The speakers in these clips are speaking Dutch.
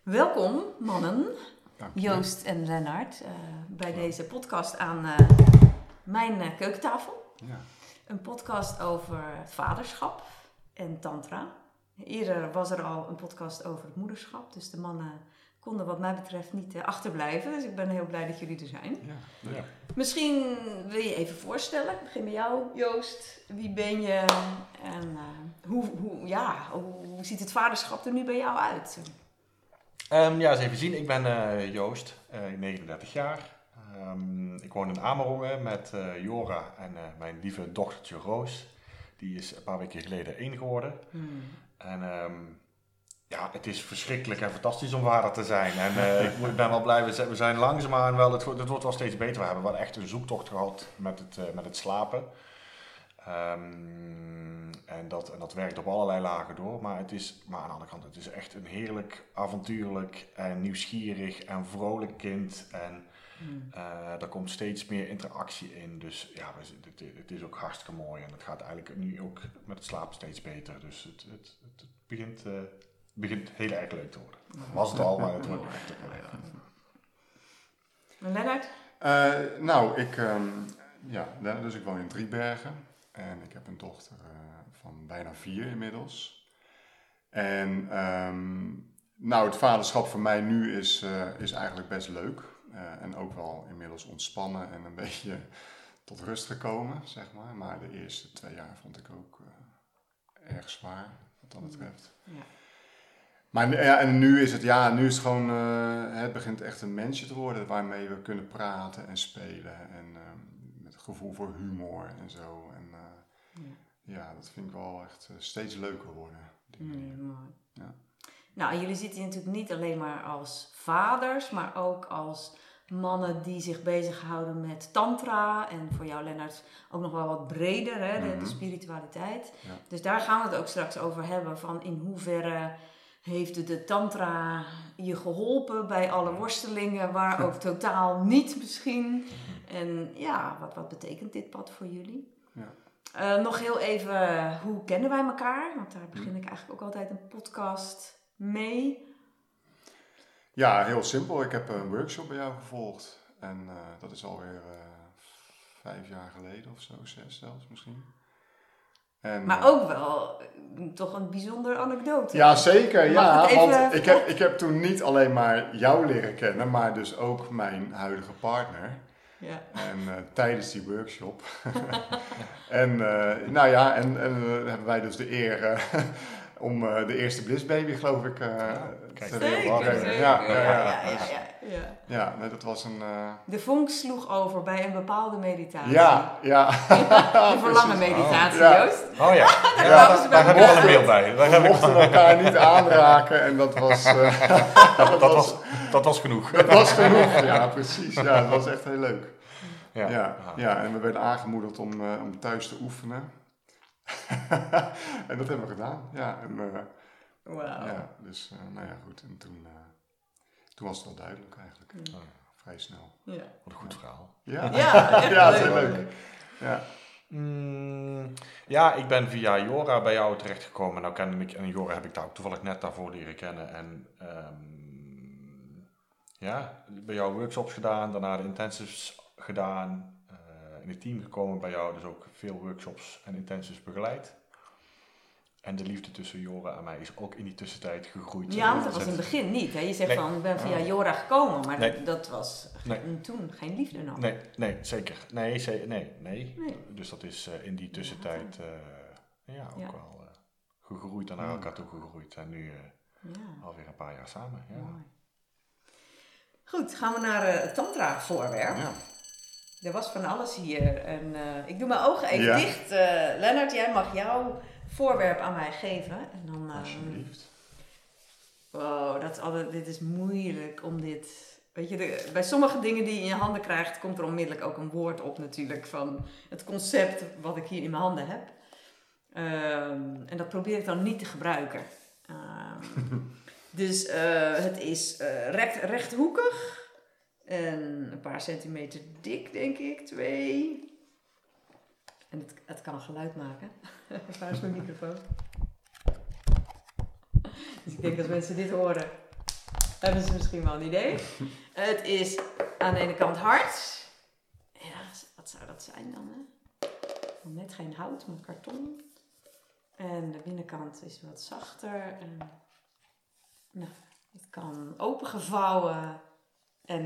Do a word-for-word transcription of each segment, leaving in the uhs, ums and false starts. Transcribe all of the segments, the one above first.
Welkom mannen, Dankjewel. Joost en Lennart, uh, bij Wow. deze podcast aan uh, mijn uh, keukentafel. Ja. Een podcast over het vaderschap en tantra. Eerder was er al een podcast over het moederschap, dus de mannen konden wat mij betreft niet uh, achterblijven. Dus ik ben heel blij dat jullie er zijn. Ja. Ja. Misschien wil je even voorstellen. Ik begin met jou, Joost. Wie ben je en uh, hoe, hoe, ja, hoe, hoe ziet het vaderschap er nu bij jou uit? Um, ja, eens even zien. Ik ben uh, Joost, uh, negenendertig jaar. Um, ik woon in Amerongen met uh, Jora en uh, mijn lieve dochtertje Roos. Die is een paar weken geleden één geworden. Hmm. En um, ja, het is verschrikkelijk en fantastisch om vader te zijn. En uh, ik ben wel blij, we zijn langzaamaan wel, het, het wordt wel steeds beter. We hebben wel echt een zoektocht gehad met het, uh, met het slapen. Um, en, dat, en dat werkt op allerlei lagen door, maar, het is, maar aan de andere kant, het is echt een heerlijk, avontuurlijk en nieuwsgierig en vrolijk kind. En mm. uh, er komt steeds meer interactie in, dus ja, het, het is ook hartstikke mooi. En het gaat eigenlijk nu ook met het slapen steeds beter, dus het, het, het begint, uh, begint heel erg leuk te worden. Was het al, maar het wordt echt ook wel leuk. En Lennart? Uh, nou, ik, um, ja, dus ik woon in Driebergen. En ik heb een dochter uh, van bijna vier inmiddels. En um, nou, het vaderschap voor mij nu is, uh, is eigenlijk best leuk. Uh, en ook wel inmiddels ontspannen en een beetje tot rust gekomen, zeg maar. Maar de eerste twee jaar vond ik ook uh, erg zwaar, wat dat betreft. Ja. Maar ja, en nu is het, ja, nu is het gewoon, uh, het begint echt een mensje te worden waarmee we kunnen praten en spelen. En uh, met het gevoel voor humor en zo. En, Ja. ja, dat vind ik wel echt uh, steeds leuker worden. Mm, mooi. Ja. Nou, jullie zitten hier natuurlijk niet alleen maar als vaders, maar ook als mannen die zich bezighouden met tantra. En voor jou, Lennart, ook nog wel wat breder, hè, de, mm-hmm. de spiritualiteit. Ja. Dus daar gaan we het ook straks over hebben, van in hoeverre heeft de tantra je geholpen bij alle worstelingen, waar ook totaal niet misschien. En ja, wat, wat betekent dit pad voor jullie? Ja. Uh, nog heel even, hoe kennen wij elkaar? Want daar begin ik eigenlijk ook altijd een podcast mee. Ja, heel simpel. Ik heb een workshop bij jou gevolgd. En uh, dat is alweer uh, vijf jaar geleden of zo, zes zelfs misschien. En, maar ook wel uh, toch een bijzondere anekdote. Ja, zeker. Ja, want ik heb, ik heb toen niet alleen maar jou leren kennen, maar dus ook mijn huidige partner. Ja. En uh, tijdens die workshop. en uh, nou ja, en, en uh, hebben wij dus de eer uh, om uh, de eerste blissbaby, geloof ik, uh, ja, te brengen. Ja, ja, ja, ja, ja, ja, ja. ja nee, dat was een... Uh... De vonk sloeg over bij een bepaalde meditatie. Ja, ja. De verlangen meditatie, oh. Joost. Oh ja, daar, ja, daar, daar heb ik wel een beeld bij. We mochten elkaar niet aanraken en dat was... Uh, dat, dat, was dat was genoeg. Dat was genoeg, ja, precies. Ja, dat was echt heel leuk. Ja, ja, ja, en we werden aangemoedigd om, uh, om thuis te oefenen. En dat hebben we gedaan. Ja, en, uh, wow. Ja, dus uh, nou ja, goed. En toen, uh, toen was het wel duidelijk eigenlijk. Ja. Uh, vrij snel. Ja. Wat een goed verhaal. Ja, ja, ja, het is heel leuk. Ja. Mm, ja, ik ben via Jora bij jou terechtgekomen. Nou ken ik, en Jora heb ik daar ook toevallig net daarvoor leren kennen. En um, ja, bij jou workshops gedaan, daarna de intensives gedaan, uh, in het team gekomen bij jou, dus ook veel workshops en intensives begeleid. En de liefde tussen Jora en mij is ook in die tussentijd gegroeid. Ja, want dat was in het begin niet. Hè? Je zegt nee. van, ik ben via Jora gekomen, maar nee. dat was nee. toen geen liefde nog. Nee, nee zeker. Nee, ze, nee, nee, nee. Dus dat is uh, in die tussentijd uh, ja, ook ja. wel uh, gegroeid en naar elkaar toe gegroeid. En nu uh, ja. alweer een paar jaar samen. Ja. Mooi. Goed, gaan we naar uh, het tantra voorwerp. Ja. Er was van alles hier. En, uh, ik doe mijn ogen even ja. dicht. Uh, Lennart, jij mag jouw voorwerp aan mij geven. En dan, uh, alsjeblieft. Wow, dat is altijd, dit is moeilijk om dit... Weet je, de, bij sommige dingen die je in je handen krijgt, komt er onmiddellijk ook een woord op natuurlijk. Van het concept wat ik hier in mijn handen heb. Um, en dat probeer ik dan niet te gebruiken. Um, dus uh, het is uh, recht, rechthoekig. En een paar centimeter dik, denk ik. Twee. En het, het kan een geluid maken. Waar is mijn microfoon? Dus ik denk dat mensen dit horen. Hebben ze misschien wel een idee. Het is aan de ene kant hard. Ja, wat zou dat zijn dan? Hè? Net geen hout, maar karton. En de binnenkant is wat zachter. En, nou, het kan opengevouwen. En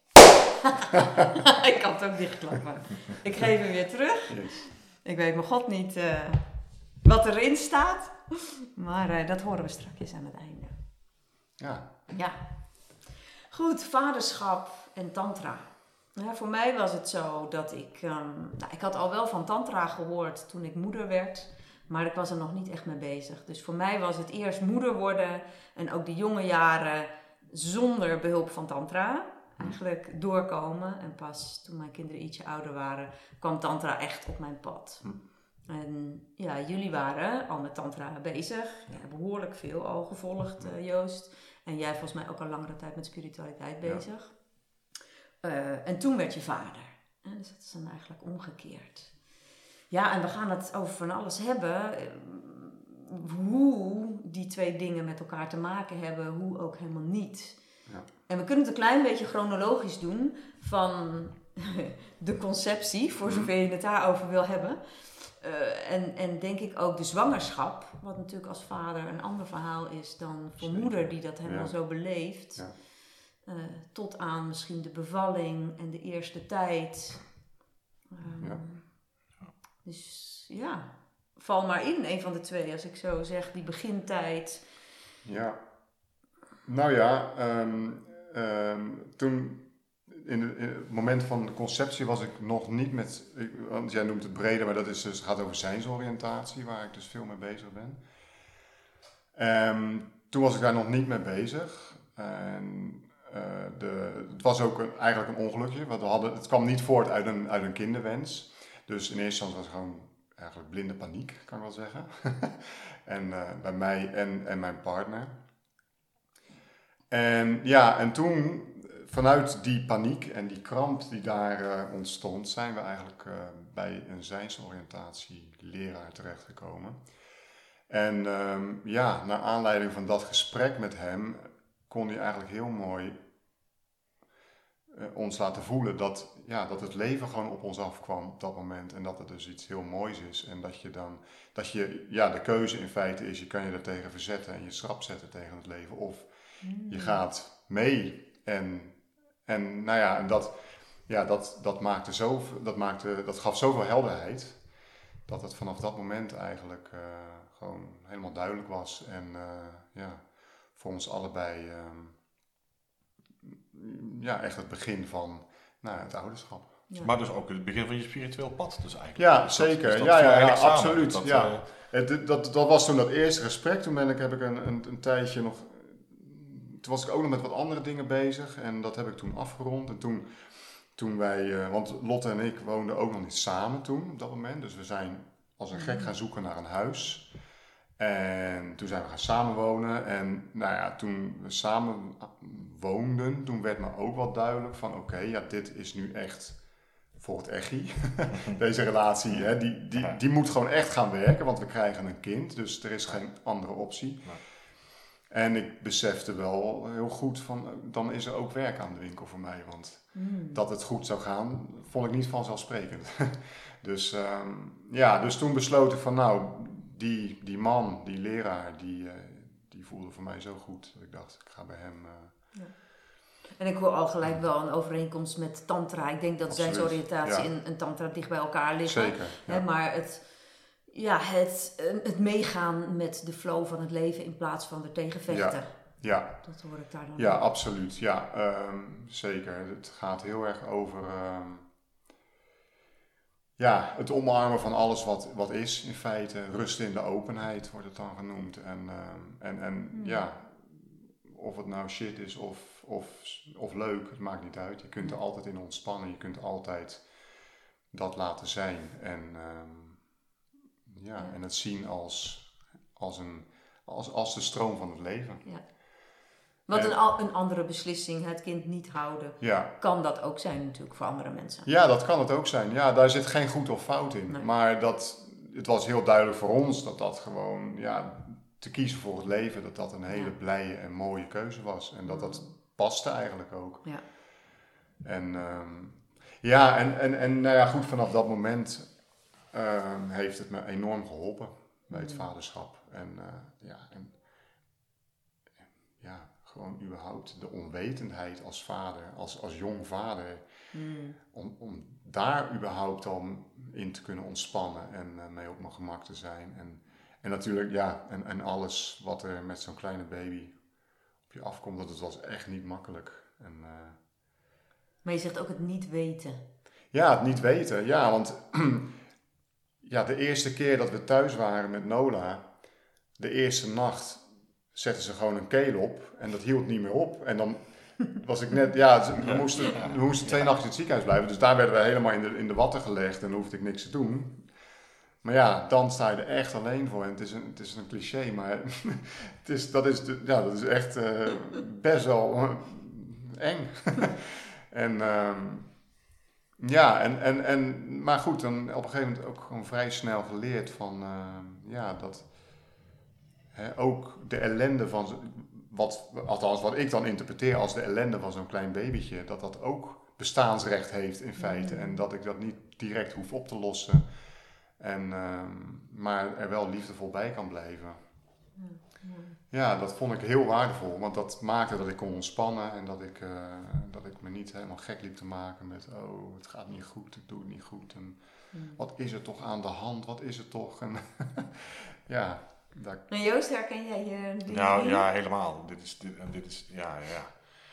ik kan het ook dichtklappen. Ik geef hem weer terug. Yes. Ik weet mijn god niet uh, wat erin staat. Maar uh, dat horen we straks aan het einde. Ja. Ja. Goed, vaderschap en tantra. Ja, voor mij was het zo dat ik... Um, nou, ik had al wel van tantra gehoord toen ik moeder werd. Maar ik was er nog niet echt mee bezig. Dus voor mij was het eerst moeder worden. En ook de jonge jaren zonder behulp van tantra. Eigenlijk doorkomen. En pas toen mijn kinderen ietsje ouder waren, kwam tantra echt op mijn pad. En ja, jullie waren al met tantra bezig. Ja, behoorlijk veel al gevolgd, uh, Joost. En jij volgens mij ook al langere tijd met spiritualiteit bezig. Ja. Uh, en toen werd je vader. En dus dat is dan eigenlijk omgekeerd. Ja, en we gaan het over van alles hebben. Hoe die twee dingen met elkaar te maken hebben, hoe ook helemaal niet. Ja. En we kunnen het een klein beetje chronologisch doen van de conceptie, voor zover je het daarover wil hebben. Uh, en, en denk ik ook de zwangerschap, wat natuurlijk als vader een ander verhaal is dan voor Zeker. Moeder die dat helemaal ja. zo beleeft. Ja. Uh, tot aan misschien de bevalling en de eerste tijd. Um, ja. Dus ja, val maar in, een van de twee, als ik zo zeg, die begintijd. Ja, nou ja, um, um, toen... In, de, in het moment van de conceptie was ik nog niet met, ik, want jij noemt het breder, maar dat is dus, gaat over zijnsoriëntatie, waar ik dus veel mee bezig ben. Um, toen was ik daar nog niet mee bezig. En, uh, de, het was ook een, eigenlijk een ongelukje, want we hadden, het kwam niet voort uit een, uit een kinderwens. Dus in eerste instantie was het gewoon eigenlijk blinde paniek, kan ik wel zeggen. en uh, bij mij en, en mijn partner. En ja, en toen... Vanuit die paniek en die kramp die daar uh, ontstond, zijn we eigenlijk uh, bij een zijnsoriëntatie-leraar terechtgekomen. En um, ja, naar aanleiding van dat gesprek met hem kon hij eigenlijk heel mooi uh, ons laten voelen dat, ja, dat het leven gewoon op ons afkwam op dat moment. En dat het dus iets heel moois is. En dat je dan, dat je, ja, de keuze in feite is, je kan je er tegen verzetten en je schrap zetten tegen het leven. Of mm. je gaat mee en... En nou ja, en dat, ja, dat, dat, maakte zo, dat, maakte, dat gaf zoveel helderheid, dat het vanaf dat moment eigenlijk uh, gewoon helemaal duidelijk was. En uh, ja, voor ons allebei uh, ja, echt het begin van nou, het ouderschap. Ja. Maar dus ook het begin van je spiritueel pad dus eigenlijk. Ja, dus zeker. Dat, dus dat ja, ja, ja samen. absoluut. Dat, ja. uh, het, dat, dat was toen dat eerste gesprek. Toen ben ik, heb ik een, een, een tijdje nog... Toen was ik ook nog met wat andere dingen bezig en dat heb ik toen afgerond. En toen, toen wij, uh, want Lotte en ik woonden ook nog niet samen toen op dat moment. Dus we zijn als een gek gaan zoeken naar een huis. En toen zijn we gaan samenwonen. En nou ja, toen we samen woonden, toen werd me ook wel duidelijk van oké, okay, ja, dit is nu echt voor het echi. Deze relatie, hè, die, die, die moet gewoon echt gaan werken, want we krijgen een kind. Dus er is geen andere optie. En ik besefte wel heel goed van, dan is er ook werk aan de winkel voor mij. Want mm. dat het goed zou gaan, vond ik niet vanzelfsprekend. dus, um, ja, dus toen besloot ik van, nou, die, die man, die leraar, die, uh, die voelde voor mij zo goed. Dat ik dacht, ik ga bij hem... Uh, ja. En ik hoor al gelijk wel een overeenkomst met tantra. Ik denk dat zijnsoriëntatie ja. en, en tantra dicht bij elkaar liggen. Zeker, ja. Hè, maar het... Ja, het, het meegaan met de flow van het leven in plaats van er tegen vechten. Ja, ja. Dat hoor ik daar dan. Ja, absoluut. Ja, um, zeker. Het gaat heel erg over um, ja, het omarmen van alles wat, wat is in feite. Rust in de openheid wordt het dan genoemd. En, um, en, en hmm. ja, of het nou shit is of, of, of leuk, het maakt niet uit. Je kunt er altijd in ontspannen. Je kunt altijd dat laten zijn. En... Um, Ja, ja, en het zien als, als, een, als, als de stroom van het leven. Ja. Wat en, een, een andere beslissing, het kind niet houden, ja. kan dat ook zijn natuurlijk voor andere mensen. Ja, dat kan het ook zijn. Ja, daar zit geen goed of fout in. Nee. Maar dat, het was heel duidelijk voor ons dat dat gewoon, ja, te kiezen voor het leven, dat dat een hele ja. blije en mooie keuze was. En dat dat paste eigenlijk ook. Ja. En um, ja, en, en, en nou ja, goed, vanaf dat moment um, heeft het me enorm geholpen bij het vaderschap. En uh, ja, en ja, gewoon überhaupt de onwetendheid als vader, als, als jong vader, mm. om, om daar überhaupt dan in te kunnen ontspannen en uh, mee op mijn gemak te zijn. En, en natuurlijk, ja, en, en alles wat er met zo'n kleine baby op je afkomt, dat het was echt niet makkelijk. En, uh, maar je zegt ook het niet weten. Ja, het niet weten, ja, want ja, de eerste keer dat we thuis waren met Nola, de eerste nacht zetten ze gewoon een keel op en dat hield niet meer op. En dan was ik net, ja, we moesten, we moesten twee nachten in het ziekenhuis blijven. Dus daar werden we helemaal in de, in de watten gelegd en dan hoefde ik niks te doen. Maar ja, dan sta je er echt alleen voor. En het is een, het is een cliché, maar het is, dat, is de, ja, dat is echt uh, best wel uh, eng. en um, ja, en, en, en, maar goed, dan op een gegeven moment ook gewoon vrij snel geleerd van, uh, ja, dat hè, ook de ellende van, wat, althans wat ik dan interpreteer als de ellende van zo'n klein babytje, dat dat ook bestaansrecht heeft in feite. En dat ik dat niet direct hoef op te lossen. En, um, maar er wel liefdevol bij kan blijven. Ja, dat vond ik heel waardevol, want dat maakte dat ik kon ontspannen en dat ik, uh, dat ik me niet helemaal gek liep te maken met, oh, het gaat niet goed, ik doe het niet goed. En mm. wat is er toch aan de hand, wat is er toch? En ja, dat... En Joost, herken jij je die Nou ja, helemaal. Dit is, dit, dit is, ja, ja.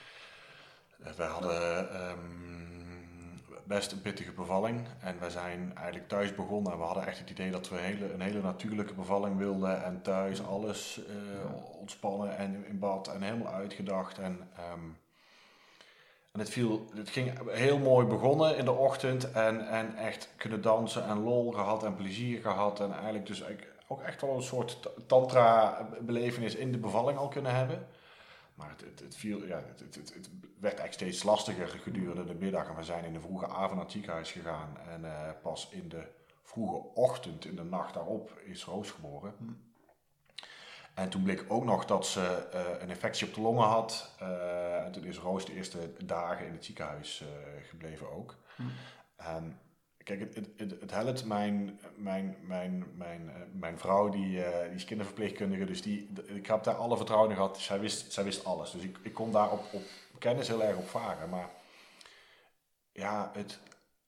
We hadden um, best een pittige bevalling en we zijn eigenlijk thuis begonnen en we hadden echt het idee dat we een hele, een hele natuurlijke bevalling wilden en thuis alles uh, ontspannen en in bad en helemaal uitgedacht en, um, en het viel, het ging heel mooi begonnen in de ochtend en, en echt kunnen dansen en lol gehad en plezier gehad en eigenlijk dus ook echt wel een soort tantra belevenis in de bevalling al kunnen hebben. Maar het, het, het, viel, ja, het, het, het, het werd eigenlijk steeds lastiger gedurende de middag. En we zijn in de vroege avond naar het ziekenhuis gegaan. En uh, pas in de vroege ochtend, in de nacht daarop, is Roos geboren. Hm. En toen bleek ook nog dat ze uh, een infectie op de longen had. Uh, en toen is Roos de eerste dagen in het ziekenhuis uh, gebleven ook. Hm. En kijk, het, het, het, het helpt. Mijn, mijn, mijn, mijn, uh, mijn vrouw, die, uh, die is kinderverpleegkundige, dus die, ik heb daar alle vertrouwen in gehad. Zij wist, zij wist alles. Dus ik, ik kon daar op, op kennis heel erg op varen. Maar ja, het...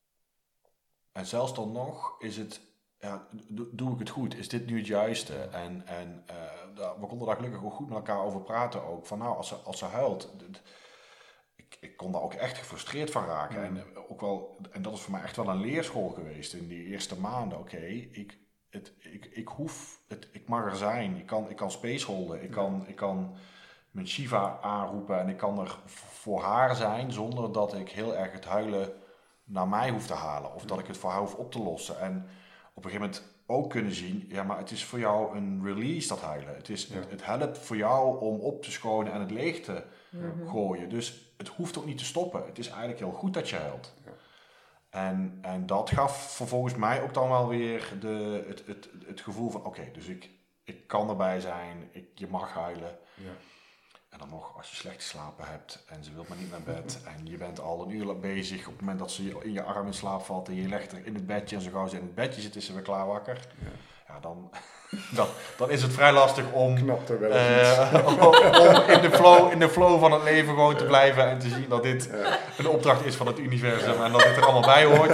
En zelfs dan nog is het... Ja, do, doe ik het goed? Is dit nu het juiste? En, en uh, we konden daar gelukkig ook goed met elkaar over praten ook. Van nou, als ze, als ze huilt... Dit, Ik, ik kon daar ook echt gefrustreerd van raken. Mm. En, ook wel, en dat is voor mij echt wel een leerschool geweest in die eerste maanden. Oké, okay, ik, het, ik, ik hoef, het, ik mag er zijn. Ik kan, ik kan spaceholden. Ik kan, ik kan mijn Shiva aanroepen en ik kan er voor haar zijn zonder dat ik heel erg het huilen naar mij hoef te halen. Of dat ik het voor haar hoef op te lossen. En op een gegeven moment ook kunnen zien, ja, maar het is voor jou een release, dat huilen. Het, is, ja. het, het helpt voor jou om op te schonen en het leeg te mm-hmm. gooien. Dus het hoeft ook niet te stoppen. Het is eigenlijk heel goed dat je huilt. Ja. En, en dat gaf vervolgens mij ook dan wel weer de, het, het, het gevoel van, oké, okay, dus ik, ik kan erbij zijn, ik, je mag huilen. Ja. En dan nog, als je slecht geslapen hebt en ze wil maar niet naar bed en je bent al een uur bezig op het moment dat ze in je arm in slaap valt en je legt er in het bedje en zo gauw ze in het bedje zit, is ze weer klaar wakker. Ja, ja dan, dan, dan is het vrij lastig om, Knapt er wel uh, om, om in, de flow, in de flow van het leven gewoon te blijven en te zien dat dit ja. een opdracht is van het universum ja. en dat dit er allemaal bij hoort.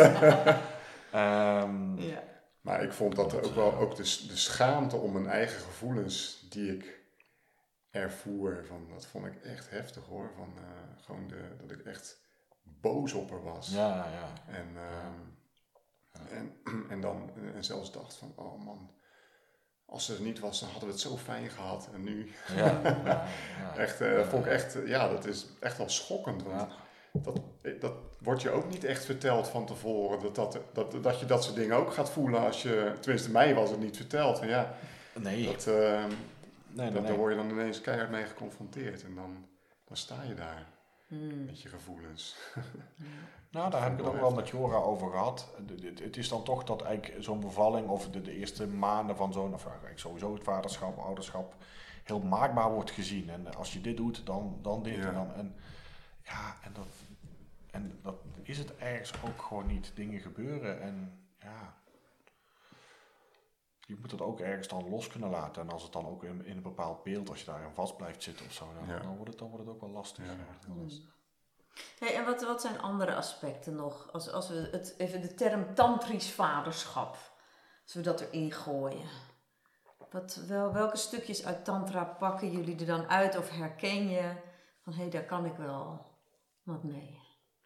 Um, ja. Maar ik vond dat ook wel ook de, de schaamte om mijn eigen gevoelens die ik ervoer, van, dat vond ik echt heftig hoor. Van, uh, gewoon de, dat ik echt boos op haar was. Ja, ja. En, uh, ja. en, en dan en zelfs dacht van, oh man, als ze er niet was, dan hadden we het zo fijn gehad. En nu, ja, ja, ja. echt, uh, dat vond ik echt, ja, dat is echt wel schokkend. Want ja. dat, dat wordt je ook niet echt verteld van tevoren. Dat, dat, dat, dat je dat soort dingen ook gaat voelen als je, tenminste mij was het niet verteld. Van, ja, nee. Dat, uh, Nee, nee, dat, nee. Daar word je dan ineens keihard mee geconfronteerd en dan, dan sta je daar. Mm. Met je gevoelens. Nou, daar heb ik het ook wel met Jora over gehad. Het is dan toch dat eigenlijk zo'n bevalling of de, de eerste maanden van zo'n, of eigenlijk sowieso het vaderschap, ouderschap, heel maakbaar wordt gezien. En als je dit doet, dan, dan dit ja. en dan. En, ja, en dat, en dat is het ergens ook gewoon niet. Dingen gebeuren en ja... Je moet het ook ergens dan los kunnen laten. En als het dan ook in, in een bepaald beeld, als je daarin vast blijft zitten of zo, dan, ja. dan, wordt, het, dan wordt het ook wel lastig. Ja. Ja, heel lastig. Hey, en wat, wat zijn andere aspecten nog? Als, als we het, even de term tantrisch vaderschap, als we dat erin gooien. Wat, wel, welke stukjes uit tantra pakken jullie er dan uit of herken je van hé, hey, daar kan ik wel wat mee?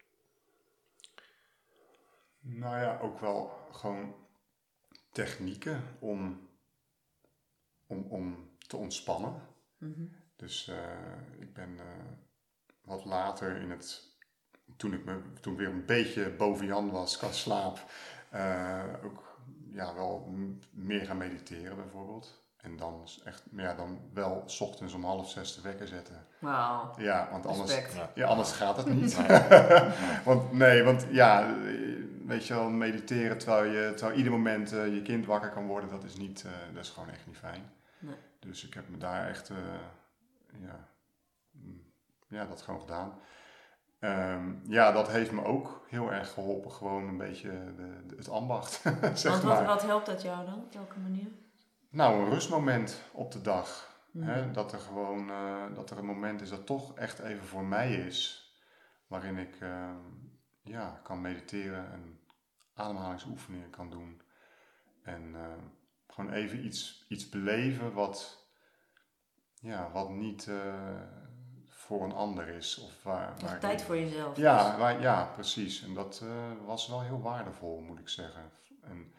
Nou ja, ook wel gewoon technieken om, om, om te ontspannen. Mm-hmm. Dus uh, ik ben uh, wat later in het, toen ik, me, toen ik weer een beetje boven Jan was qua slaap, uh, ook ja, wel m- meer gaan mediteren bijvoorbeeld. En dan echt, ja, dan wel 's ochtends om half zes de wekker zetten. Wauw. Ja, want anders, ja. ja, anders gaat het niet. Nee. want nee, want ja, weet je wel, mediteren terwijl je terwijl ieder moment uh, je kind wakker kan worden, dat is niet, uh, dat is gewoon echt niet fijn. Nee. Dus ik heb me daar echt, uh, ja, ja, dat gewoon gedaan. Um, ja, dat heeft me ook heel erg geholpen, gewoon een beetje de, de, het ambacht. zeg Want maar. wat, wat helpt dat jou dan, op welke manier? Nou, een rustmoment op de dag. Mm. Hè? Dat er gewoon uh, dat er een moment is dat toch echt even voor mij is. Waarin ik uh, ja, kan mediteren en ademhalingsoefeningen kan doen. En uh, gewoon even iets, iets beleven wat, ja, wat niet uh, voor een ander is. Of waar, waar tijd ik, voor jezelf. Ja, waar, ja, precies. En dat uh, was wel heel waardevol, moet ik zeggen. En,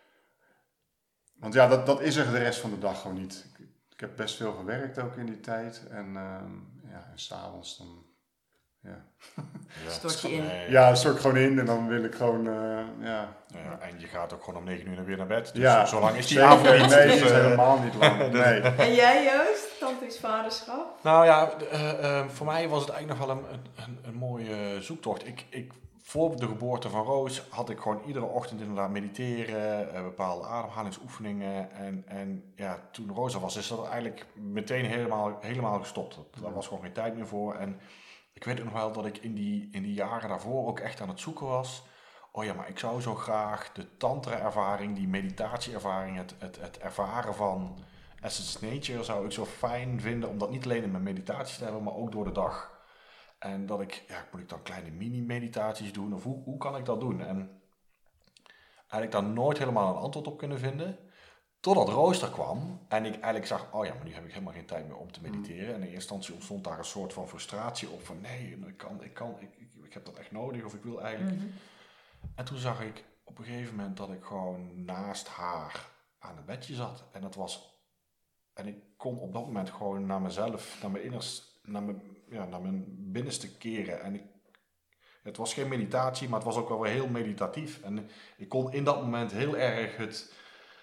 want ja, dat, dat is er de rest van de dag gewoon niet. Ik, ik heb best veel gewerkt ook in die tijd. En, uh, ja, en s'avonds dan... Ja. Ja. Stort je in. Ja, stort ik gewoon in en dan wil ik gewoon, uh, ja. ja. En je gaat ook gewoon om negen uur weer naar bed. Dus ja. zo lang is die Zeker, avond niet. Nee, dus, is uh, helemaal niet lang. Nee. En jij Joost, tantrisch vaderschap? Nou ja, uh, uh, voor mij was het eigenlijk nog wel een, een, een mooie zoektocht. Ik, ik, voor de geboorte van Roos had ik gewoon iedere ochtend inderdaad mediteren, uh, bepaalde ademhalingsoefeningen. En, en ja, toen Roos er was, is dat eigenlijk meteen helemaal, helemaal gestopt. Daar ja. was gewoon geen tijd meer voor. En ik weet ook nog wel dat ik in die, in die jaren daarvoor ook echt aan het zoeken was. Oh ja, maar ik zou zo graag de tantra-ervaring, die meditatie-ervaring, het, het, het ervaren van Essence Nature zou ik zo fijn vinden om dat niet alleen in mijn meditaties te hebben, maar ook door de dag. En dat ik, ja, moet ik dan kleine mini-meditaties doen of hoe, hoe kan ik dat doen? En eigenlijk daar nooit helemaal een antwoord op kunnen vinden. Totdat Roos er kwam en ik eigenlijk zag, oh ja, maar nu heb ik helemaal geen tijd meer om te mediteren. En in eerste instantie ontstond daar een soort van frustratie op van nee, ik kan, ik kan, ik, ik, ik heb dat echt nodig of ik wil eigenlijk. Mm-hmm. En toen zag ik op een gegeven moment dat ik gewoon naast haar aan het bedje zat. En dat was, en ik kon op dat moment gewoon naar mezelf, naar mijn innerste, naar mijn, ja, naar mijn binnenste keren. En ik, het was geen meditatie, maar het was ook wel weer heel meditatief. En ik kon in dat moment heel erg het...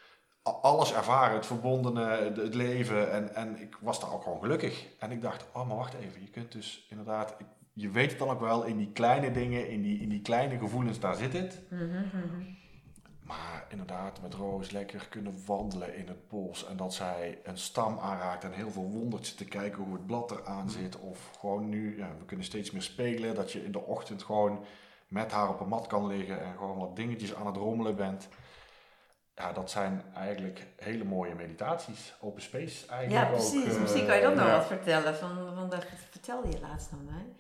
alles ervaren, het verbondene, het leven en, en ik was daar ook gewoon gelukkig. En ik dacht, oh maar wacht even, je kunt dus inderdaad, je weet het dan ook wel in die kleine dingen, in die, in die kleine gevoelens, daar zit het. Mm-hmm. Maar inderdaad, met Roos lekker kunnen wandelen in het bos en dat zij een stam aanraakt en heel veel wondert zit te kijken hoe het blad eraan zit. Of gewoon nu, ja, we kunnen steeds meer spelen, dat je in de ochtend gewoon met haar op een mat kan liggen en gewoon wat dingetjes aan het rommelen bent. Ja, dat zijn eigenlijk hele mooie meditaties. Open space eigenlijk. Ja, precies. Ook, uh, Misschien kan je dat nog ja. wat vertellen. Van, van dat vertelde je laatst aan mij.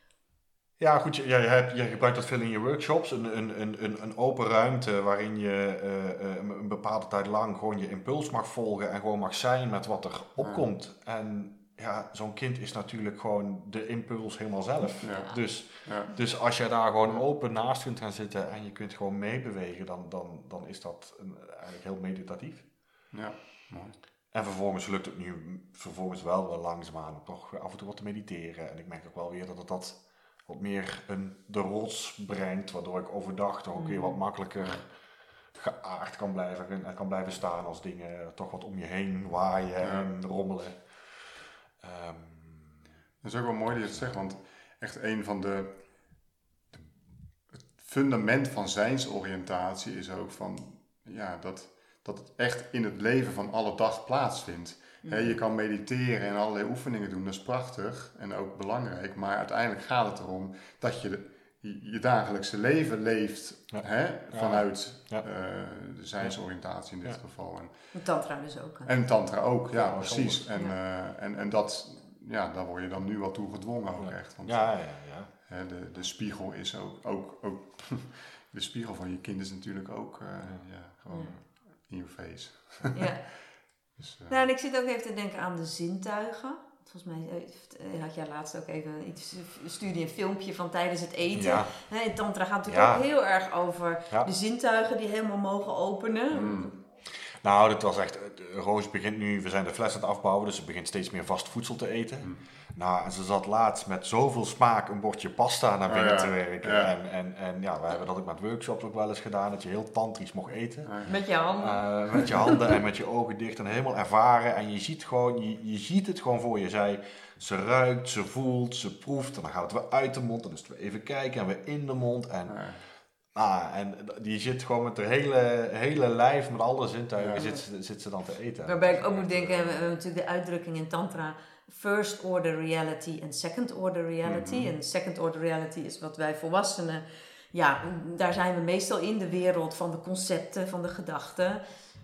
Ja, goed. Je, je, hebt, je gebruikt dat veel in je workshops. Een, een, een, een open ruimte waarin je uh, een bepaalde tijd lang gewoon je impuls mag volgen. En gewoon mag zijn met wat er opkomt. Ja. En ja, zo'n kind is natuurlijk gewoon de impuls helemaal zelf. Ja. Dus, ja. dus als je daar gewoon open naast kunt gaan zitten en je kunt gewoon meebewegen, dan, dan, dan is dat een, eigenlijk heel meditatief. Ja, mooi. En vervolgens lukt het nu vervolgens wel wel langzaamaan toch af en toe wat te mediteren. En ik merk ook wel weer dat het dat wat meer een, de rots brengt, waardoor ik overdag toch ook weer wat makkelijker geaard kan blijven, kan blijven staan als dingen toch wat om je heen waaien ja. en rommelen. Um, dat is ook wel mooi dat je het zegt, want echt een van de, de... Het fundament van zijnsoriëntatie is ook van... Ja, dat, dat het echt in het leven van alle dag plaatsvindt. Mm. He, je kan mediteren en allerlei oefeningen doen, dat is prachtig en ook belangrijk. Maar uiteindelijk gaat het erom dat je... De, je dagelijkse leven leeft ja. hè, vanuit ja. uh, de zijnsoriëntatie in dit ja. geval. En, en tantra dus ook. Hè? En tantra ook, ja, ja precies. En, ja. Uh, en, en dat, ja, daar word je dan nu wel toe gedwongen ook ja. echt. Want, ja, ja, ja. Hè, de, de spiegel is ook, ook, ook de spiegel van je kind is natuurlijk ook uh, ja. Ja, gewoon ja. in your face. Ja. dus, uh, nou, en ik zit ook even te denken aan de zintuigen. Volgens mij had jij laatst ook even iets, stuurde een filmpje van tijdens het eten. Ja. In tantra gaat het natuurlijk ja. ook heel erg over ja. de zintuigen die helemaal mogen openen. Mm. Nou, dit was echt, Roos begint nu, we zijn de fles aan het afbouwen, dus ze begint steeds meer vast voedsel te eten. Mm. Nou, en ze zat laatst met zoveel smaak een bordje pasta naar binnen oh, ja. te werken. Ja. En, en, en ja, we hebben dat ook met workshops ook wel eens gedaan, dat je heel tantrisch mocht eten. Met je handen. Uh, met je handen en met je ogen dicht en helemaal ervaren. En je ziet gewoon, je, je ziet het gewoon voor je. Zij, ze ruikt, ze voelt, ze proeft. En dan gaat het weer uit de mond, dan is het weer even kijken en weer in de mond. En, ja. ah, en die zit gewoon met haar hele, hele lijf, met alle zintuigen, ja. zit, zit ze dan te eten. Waarbij ik ook moet denken, we hebben natuurlijk de uitdrukking in tantra... First order reality en second order reality. Mm-hmm. En second order reality is wat wij volwassenen... Ja, daar zijn we meestal in de wereld van de concepten, van de gedachten.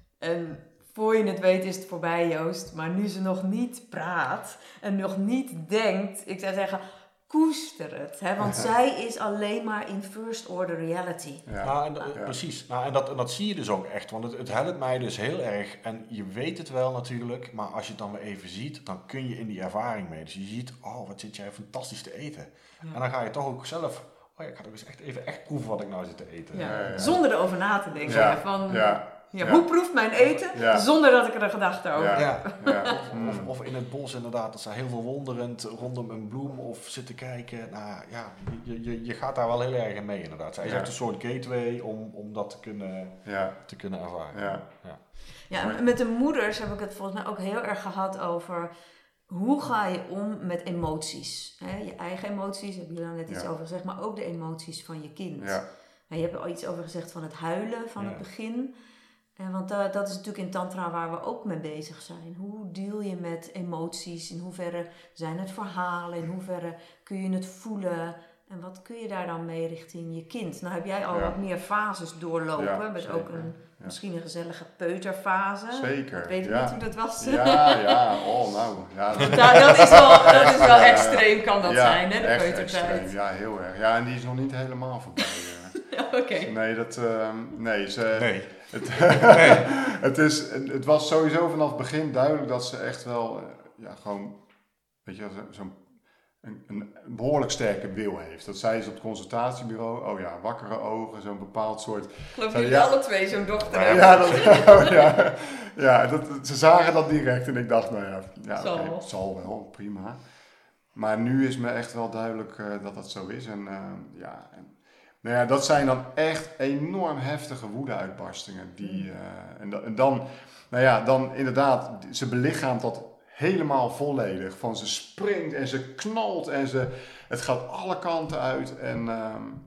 En voor je het weet is het voorbij, Joost. Maar nu ze nog niet praat en nog niet denkt... Ik zou zeggen, koester het. Hè? Want zij is alleen maar in first order reality. Ja. Nou, en, ja. Precies. Nou, en, dat, en dat zie je dus ook echt. Want het, het helpt mij dus heel erg. En je weet het wel natuurlijk. Maar als je het dan weer even ziet, dan kun je in die ervaring mee. Dus je ziet, oh, wat zit jij fantastisch te eten. Ja. En dan ga je toch ook zelf... Oh ja, ik ga toch eens echt even echt proeven wat ik nou zit te eten. Ja. Ja, ja. Zonder erover na te denken. Ja. Van, ja. Ja, ja. Hoe proeft mijn eten ja. zonder dat ik er een gedachte over heb? Ja. Ja. Ja. Of, of in het bos inderdaad, dat ze heel veel wonderend rondom een bloem of zitten kijken. Nou ja, je, je, je gaat daar wel heel erg in mee inderdaad. Zij is ja. echt een soort gateway om, om dat te kunnen, ja. te kunnen ervaren. Ja. Ja. Ja, met de moeders heb ik het volgens mij ook heel erg gehad over... Hoe ga je om met emoties? Hè? Je eigen emoties, heb je daar net iets ja. over gezegd, maar ook de emoties van je kind. Ja. Je hebt er al iets over gezegd van het huilen van ja. het begin. En want uh, dat is natuurlijk in tantra waar we ook mee bezig zijn. Hoe deal je met emoties? In hoeverre zijn het verhalen? In hoeverre kun je het voelen? En wat kun je daar dan mee richting je kind? Nou heb jij al ja. wat meer fases doorlopen. Ja, met zeker. Ook een, ja. misschien een gezellige peuterfase. Zeker. Ik weet ja. niet hoe dat was. Ja, ja. Oh, nou. Ja, dat, nou, dat is wel, dat is wel extreem kan dat ja, zijn, hè? De echt peutertijd. Extreem. Ja, heel erg. Ja, en die is nog niet helemaal voorbij. Oké. Okay. Nee, dat... Uh, nee, ze... Nee. Het, nee. het, is, het was sowieso vanaf het begin duidelijk dat ze echt wel... Uh, ja, gewoon... Weet je, zo'n... Een, een behoorlijk sterke wil heeft. Dat zei ze op het consultatiebureau. Oh ja, wakkere ogen, zo'n bepaald soort... Ik geloof jullie ja, alle twee zo'n dochter hebben. Ja, dat, ja, ja, ja dat, ze zagen dat direct en ik dacht, nou ja, ja zal, okay, het zal wel, prima. Maar nu is me echt wel duidelijk uh, dat dat zo is. En uh, ja, en, nou ja, dat zijn dan echt enorm heftige woede-uitbarstingen. Die, uh, en, da, en dan, nou ja, dan inderdaad, ze belichaamt dat helemaal volledig. Van ze springt en ze knalt en ze, het gaat alle kanten uit en, um,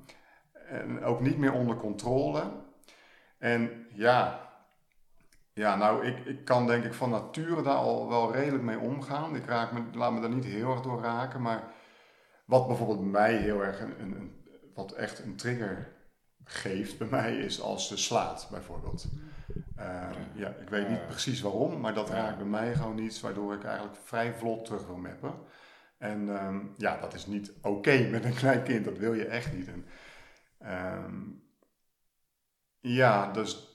en ook niet meer onder controle. En ja, ja nou ik, ik kan denk ik van nature daar al wel redelijk mee omgaan. Ik raak me, laat me daar niet heel erg door raken, maar wat bijvoorbeeld mij heel erg, een, een, wat echt een trigger geeft bij mij is als ze slaat bijvoorbeeld. Uh, ja, ik weet niet precies waarom, maar dat raakt bij mij gewoon iets waardoor ik eigenlijk vrij vlot terug wil meppen. En um, ja, dat is niet oké okay met een klein kind, dat wil je echt niet. En, um, ja, dus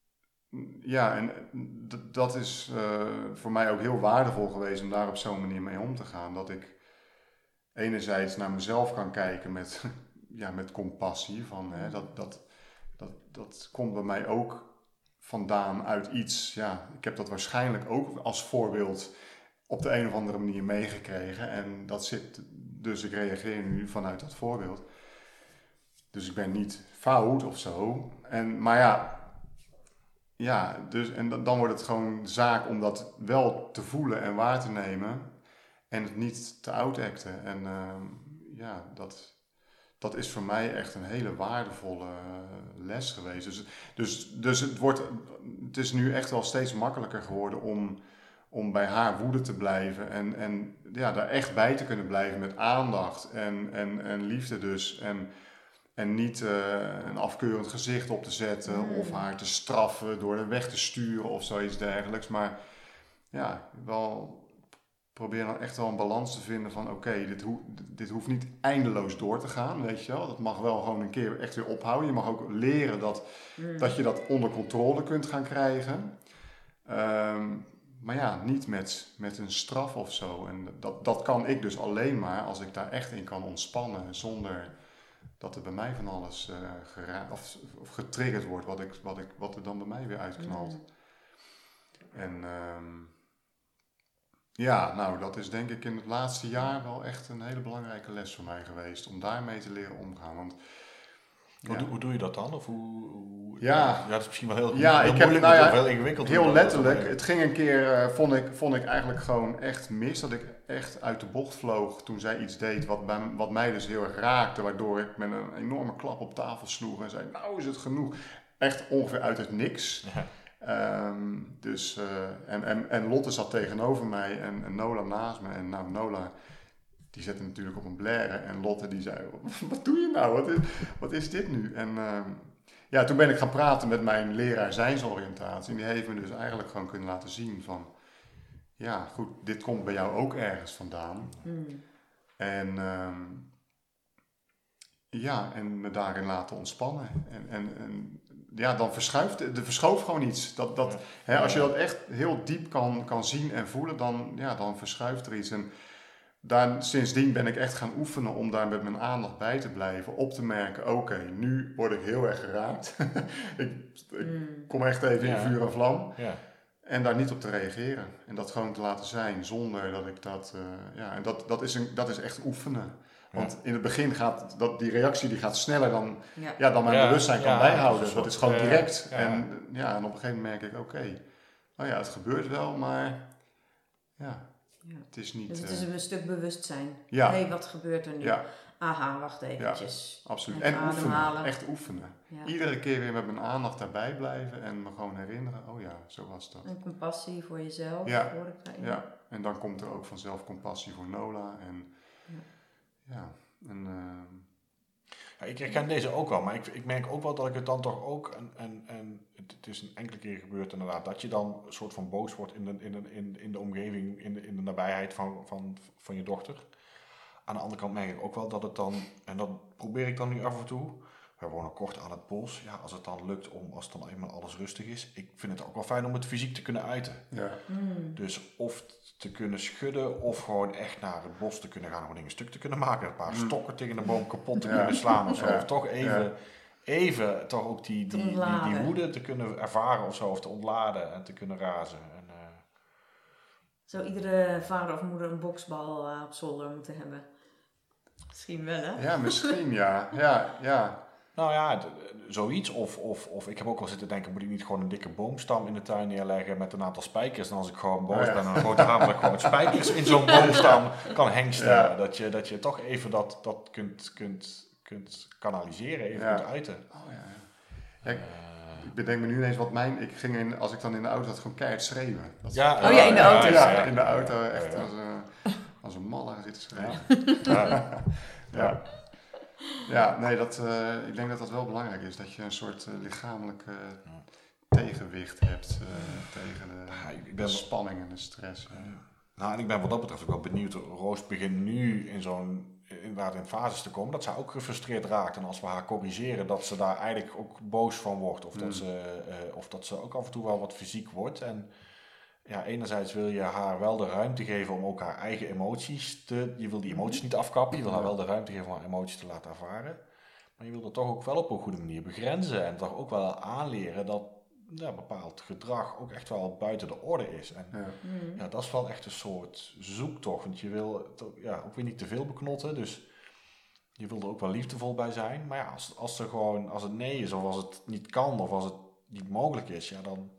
ja, en d- dat is uh, voor mij ook heel waardevol geweest om daar op zo'n manier mee om te gaan. Dat ik enerzijds naar mezelf kan kijken met, ja, met compassie, van, hè, dat, dat, dat, dat komt bij mij ook vandaan uit iets, ja, ik heb dat waarschijnlijk ook als voorbeeld op de een of andere manier meegekregen en dat zit, dus ik reageer nu vanuit dat voorbeeld. Dus ik ben niet fout of zo, en, maar ja, ja, dus, en dan wordt het gewoon zaak om dat wel te voelen en waar te nemen en het niet te outacten. En uh, ja, dat, dat is voor mij echt een hele waardevolle uh, les geweest. Dus, dus, dus het, wordt, het is nu echt wel steeds makkelijker geworden om, om bij haar woede te blijven. En, en ja, daar echt bij te kunnen blijven met aandacht en, en, en liefde dus. En, en niet uh, een afkeurend gezicht op te zetten mm. of haar te straffen door er weg te sturen of zoiets dergelijks. Maar ja, wel probeer dan echt wel een balans te vinden van oké, okay, dit, ho- dit hoeft niet eindeloos door te gaan, weet je wel. Dat mag wel gewoon een keer echt weer ophouden. Je mag ook leren dat, mm. dat je dat onder controle kunt gaan krijgen. Um, maar ja, niet met, met een straf of zo. En dat, dat kan ik dus alleen maar als ik daar echt in kan ontspannen zonder dat er bij mij van alles uh, gera- of, of getriggerd wordt wat, ik, wat, ik, wat er dan bij mij weer uitknalt. Mm. En um, ja, nou dat is denk ik in het laatste jaar wel echt een hele belangrijke les voor mij geweest. Om daarmee te leren omgaan. Want, hoe, ja. doe, hoe doe je dat dan? Of hoe, hoe, ja. ja, dat is misschien wel heel, ja, heel ik moeilijk heb, nou of ja, heel ingewikkeld. Heel letterlijk. Het ging een keer, uh, vond, ik, vond ik eigenlijk gewoon echt mis. Dat ik echt uit de bocht vloog toen zij iets deed wat, bij, wat mij dus heel erg raakte. Waardoor ik met een enorme klap op tafel sloeg en zei, nou is het genoeg. Echt ongeveer uit het niks. Ja. Um, dus, uh, en, en, en Lotte zat tegenover mij en, en Nola naast me. En nou, Nola, die zette natuurlijk op een blare. En Lotte die zei, wat doe je nou? Wat is, wat is dit nu? En um, ja, toen ben ik gaan praten met mijn leraar zijnsoriëntatie. En die heeft me dus eigenlijk gewoon kunnen laten zien van... Ja, goed, dit komt bij jou ook ergens vandaan. Mm. En... Um, ja, en me daarin laten ontspannen. En... en, en ja, dan verschuift, er verschoof gewoon iets. Dat, dat, ja. hè, als je dat echt heel diep kan, kan zien en voelen, dan, ja, dan verschuift er iets. En daar, sindsdien ben ik echt gaan oefenen om daar met mijn aandacht bij te blijven. Op te merken, oké, okay, nu word ik heel erg geraakt. ik, ik mm. kom echt even ja. in vuur en vlam. Ja. En daar niet op te reageren. En dat gewoon te laten zijn, zonder dat ik dat... Uh, ja, en dat, dat, is een, dat is echt oefenen. Want ja. in het begin gaat dat, die reactie die gaat sneller dan, ja. Ja, dan mijn ja, bewustzijn kan ja, bijhouden. Dat is, dat is gewoon direct. Ja, ja. En, ja, en op een gegeven moment merk ik, oké, okay, oh ja, het gebeurt wel, maar ja, ja. het is niet... Dus het is een uh, stuk bewustzijn. Ja. Hé, hey, wat gebeurt er nu? Ja. Aha, wacht eventjes. Ja, absoluut. En, en oefenen, echt oefenen. Ja. Iedere keer weer met mijn aandacht daarbij blijven en me gewoon herinneren, oh ja, zo was dat. En compassie voor jezelf, ja. hoor ik daarin. Ja, en dan komt er ook vanzelf compassie voor Nola en... Ja. Ja, en, uh... ja, ik herken deze ook wel, maar ik, ik merk ook wel dat ik het dan toch ook, en, en, en het, het is een enkele keer gebeurd inderdaad, dat je dan een soort van boos wordt in de, in de, in, in de omgeving, in de, in de nabijheid van, van, van je dochter. Aan de andere kant merk ik ook wel dat het dan, en dat probeer ik dan nu af en toe, we wonen kort aan het bos, ja, als het dan lukt om, als dan eenmaal alles rustig is, ik vind het ook wel fijn om het fysiek te kunnen uiten. Ja. Mm. Dus of te kunnen schudden of gewoon echt naar het bos te kunnen gaan, gewoon dingen stuk te kunnen maken, een paar mm. stokken tegen de boom kapot te ja. kunnen slaan of zo, ja. of toch even, ja. even toch ook die, die, die, die, die woede te kunnen ervaren of zo, of te ontladen en te kunnen razen. En, uh... Zou iedere vader of moeder een boksbal uh, op zolder moeten hebben? Misschien wel, hè? Ja, misschien, ja. ja, ja. Nou ja, d- zoiets. Of, of, of ik heb ook wel zitten denken, moet ik niet gewoon een dikke boomstam in de tuin neerleggen met een aantal spijkers? En als ik gewoon boos oh, ja. ben, dan grote hamer dat ik gewoon spijkers in zo'n boomstam kan hengsten. Ja. Dat, je, dat je toch even dat, dat kunt, kunt, kunt kanaliseren, even ja. kunt uiten. Oh, ja, ja. Ja, ik, ik bedenk me nu ineens wat mijn... Ik ging in, als ik dan in de auto had, gewoon keihard schreeuwen. Dat ja, oh ja, in de auto. Ja, ja, in de auto echt als, uh, als een malle gaan zitten schreeuwen. Ja. Ja. Ja, nee, dat, uh, ik denk dat dat wel belangrijk is. Dat je een soort uh, lichamelijk uh, tegenwicht hebt uh, tegen de, ja, ik ben de spanning en de stress. Uh. Nou, en ik ben wat dat betreft ook wel benieuwd. Roos begint nu in zo'n, inderdaad in fases te komen, dat ze ook gefrustreerd raakt. En als we haar corrigeren, dat ze daar eigenlijk ook boos van wordt. Of, mm. dat, ze, uh, of dat ze ook af en toe wel wat fysiek wordt. En ja, enerzijds wil je haar wel de ruimte geven om ook haar eigen emoties te... Je wil die emoties niet afkappen, je wil haar wel de ruimte geven om haar emoties te laten ervaren. Maar je wil dat toch ook wel op een goede manier begrenzen. En toch ook wel aanleren dat ja, bepaald gedrag ook echt wel buiten de orde is. En ja. Mm. ja, dat is wel echt een soort zoektocht. Want je wil ja, ook weer niet te veel beknotten. Dus je wil er ook wel liefdevol bij zijn. Maar ja, als, als, er gewoon, als het nee is of als het niet kan of als het niet mogelijk is, ja dan...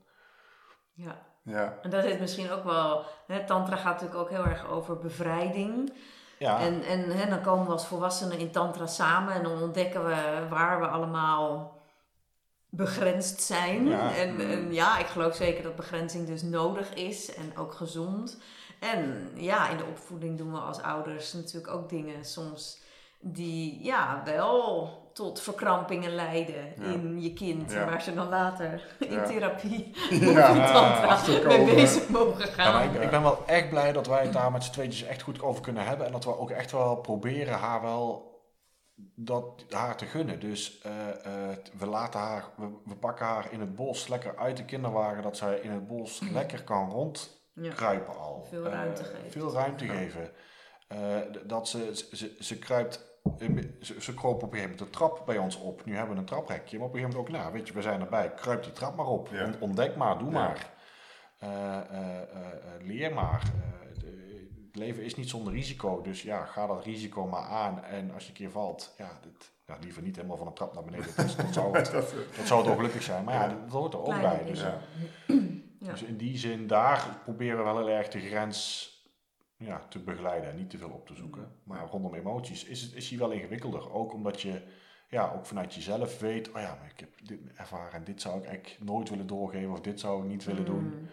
Ja. Ja. En dat is misschien ook wel, hè, tantra gaat natuurlijk ook heel erg over bevrijding. Ja. En, en hè, dan komen we als volwassenen in tantra samen en dan ontdekken we waar we allemaal begrensd zijn. Ja. En, en ja, ik geloof zeker dat begrenzing dus nodig is en ook gezond. En ja, in de opvoeding doen we als ouders natuurlijk ook dingen soms die ja wel tot verkrampingen leiden Ja. in je kind. Ja. Waar ze dan later in Ja. therapie Ja. of in tantra Achterkomen. mee bezig mogen Ja, gaan. maar ik, ik ben wel echt blij dat wij het daar met z'n tweetjes echt goed over kunnen hebben. En dat we ook echt wel proberen haar wel dat, haar te gunnen. Dus uh, uh, we laten haar, we, we pakken haar in het bos lekker uit de kinderwagen. Dat zij in het bos lekker kan rondkruipen Ja. al. Veel ruimte uh, geven. Veel ruimte Ja. geven. Uh, dat ze, ze, ze, ze kruipt, ze, ze kroop op een gegeven moment de trap bij ons op. Nu hebben we een traphekje. Maar op een gegeven moment ook, nou weet je, we zijn erbij. Kruip die trap maar op. Ja. Ontdek maar, doe Ja. maar. Uh, uh, uh, uh, leer maar. Uh, de, het leven is niet zonder risico. Dus ja, ga dat risico maar aan. En als je een keer valt, ja, dit, ja liever niet helemaal van een trap naar beneden. Dat, dat, zou, het, dat zou het ongelukkig zijn. Maar ja, dat, dat hoort er ook Kleine bij. Dus, Ja. Ja. dus in die zin, daar proberen we wel heel erg de grens ja, te begeleiden en niet te veel op te zoeken. Maar rondom emoties is, het, is die wel ingewikkelder. Ook omdat je ja, ook vanuit jezelf weet, oh ja, maar ik heb dit ervaren en dit zou ik eigenlijk nooit willen doorgeven of dit zou ik niet willen doen. Mm.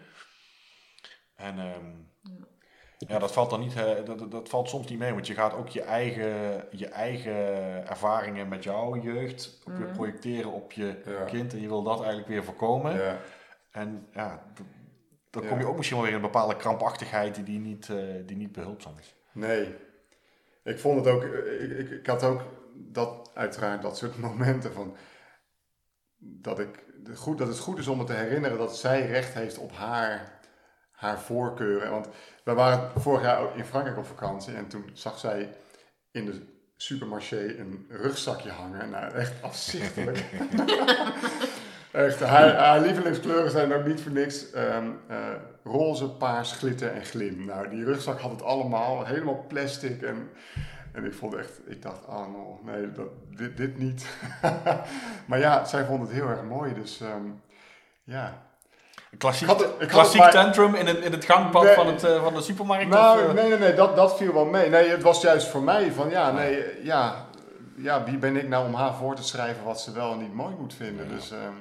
En um, Ja. ja, dat valt dan niet, uh, dat, dat valt soms niet mee, want je gaat ook je eigen, je eigen ervaringen met jouw jeugd ook weer Mm. projecteren op je Ja. kind en je wil dat eigenlijk weer voorkomen. Ja. En ja, d- dan Ja. kom je ook misschien wel weer in een bepaalde krampachtigheid die niet, uh, die niet behulpzaam is. Nee. Ik vond het ook, ik, ik, ik had ook dat, uiteraard dat soort momenten van, dat, ik, goed, dat het goed is om me te herinneren dat zij recht heeft op haar, haar voorkeuren. Want we waren vorig jaar ook in Frankrijk op vakantie en toen zag zij in de supermarché een rugzakje hangen. Nou, echt afzichtelijk. Echt, haar, haar lievelingskleuren zijn ook niet voor niks um, uh, roze, paars, glitter en glim. Nou, die rugzak had het allemaal, helemaal plastic. En, en ik vond echt, ik dacht, oh no, nee, dat, dit, dit niet. Maar ja, zij vond het heel erg mooi, dus um, ja. Klassiek, Ik had het- ik had klassiek het maar- tantrum in het, in het gangpad Nee. van, het, uh, van de supermarkt? Nou, of, uh, nee, nee, nee, dat, dat viel wel mee. Nee, het was juist voor mij van, ja, nee, ja, ja, wie ben ik nou om haar voor te schrijven wat ze wel en niet mooi moet vinden. Ja. Dus um,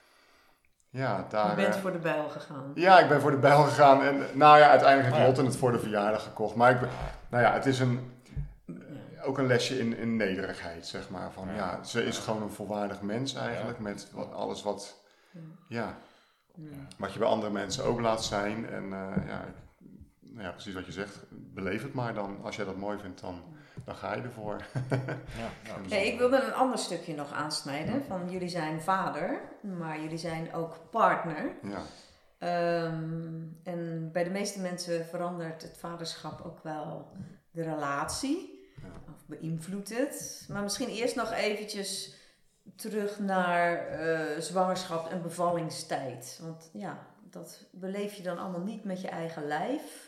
ja, daar... Je bent uh, voor de bijl gegaan. Ja, ik ben voor de bijl gegaan en nou ja, uiteindelijk heeft Oh ja. Lotte het voor de verjaardag gekocht. Maar ik ben, nou ja, het is een, Ja. ook een lesje in, in nederigheid, zeg maar. Van, Ja. ja. ze is gewoon een volwaardig mens eigenlijk met wat, alles wat, ja, Ja. wat je bij andere mensen ook laat zijn. En uh, ja, ik- nou ja, precies wat je zegt, beleef het maar dan. Als jij dat mooi vindt, dan, dan ga je ervoor. ja, ja. Hey, ik wilde een ander stukje nog aansnijden. Van jullie zijn vader, maar jullie zijn ook partner. Ja, Ehm, en bij de meeste mensen verandert het vaderschap ook wel de relatie. Ja. Of beïnvloedt het. Maar misschien eerst nog eventjes terug naar eh, zwangerschap en bevallingstijd. Want ja, dat beleef je dan allemaal niet met je eigen lijf.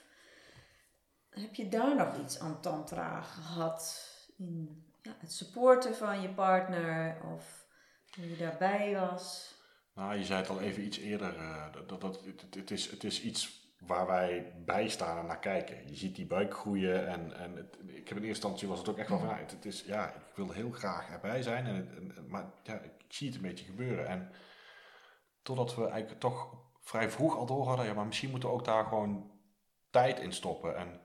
Heb je daar nog iets aan tantra gehad? In ja, het supporten van je partner? Of hoe je daarbij was? Nou, je zei het al even iets eerder. Uh, dat, dat, dat, het, het, is, het is iets waar wij bij staan en naar kijken. Je ziet die buik groeien en, en het, ik heb in eerste instantie was het ook echt wel van, ja, het, het is, ja, ik wil heel graag erbij zijn, en, het, en maar ja, ik zie het een beetje gebeuren. En totdat we eigenlijk toch vrij vroeg al door hadden, ja, maar misschien moeten we ook daar gewoon tijd in stoppen. En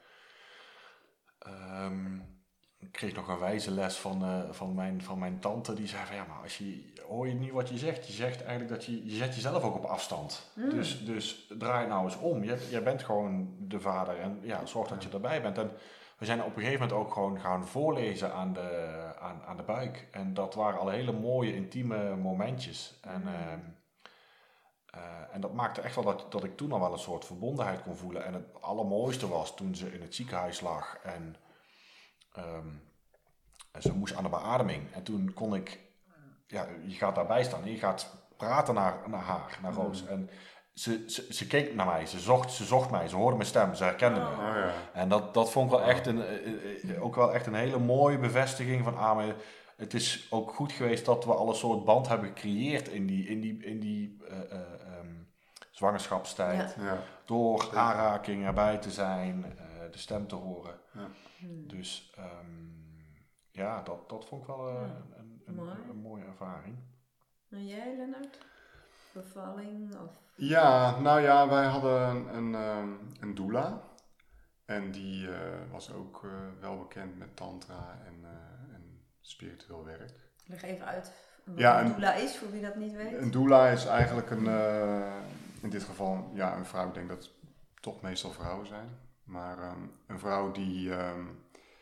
um, ik kreeg nog een wijze les van, uh, van, mijn, van mijn tante, die zei van, ja, maar als je, hoor je niet wat je zegt? Je zegt eigenlijk dat je, je zet jezelf ook op afstand. Mm. Dus, dus draai nou eens om. Je, jij bent gewoon de vader en ja, zorg dat je erbij bent. En we zijn op een gegeven moment ook gewoon gaan voorlezen aan de, aan, aan de buik. En dat waren al hele mooie, intieme momentjes. En, uh, uh, en dat maakte echt wel dat, dat ik toen al wel een soort verbondenheid kon voelen. En het allermooiste was toen ze in het ziekenhuis lag en Um, en ze moest aan de beademing. En toen kon ik, ja, je gaat daarbij staan en je gaat praten naar, naar haar, naar Roos. Mm. En ze, ze, ze keek naar mij, ze zocht, ze zocht mij, ze hoorde mijn stem, ze herkende me. oh, ja. En dat, dat vond ik wel echt een, ook wel echt een hele mooie bevestiging van, ah, maar het is ook goed geweest dat we al een soort band hebben gecreëerd in die, in die, in die uh, uh, um, zwangerschapstijd. Ja. Door aanraking erbij te zijn, uh, de stem te horen. Ja. Hmm. Dus um, ja, dat, dat vond ik wel uh, ja. een, een, een, een mooie ervaring. En jij, Lennart? Bevalling? Of? Ja, nou ja, wij hadden een, een, um, een doula. En die uh, was ook uh, wel bekend met tantra en, uh, en spiritueel werk. Leg even uit wat ja, een een doula is, voor wie dat niet weet. Een doula is eigenlijk een, uh, in dit geval ja, een vrouw, ik denk dat het toch meestal vrouwen zijn. Maar um, een vrouw die um,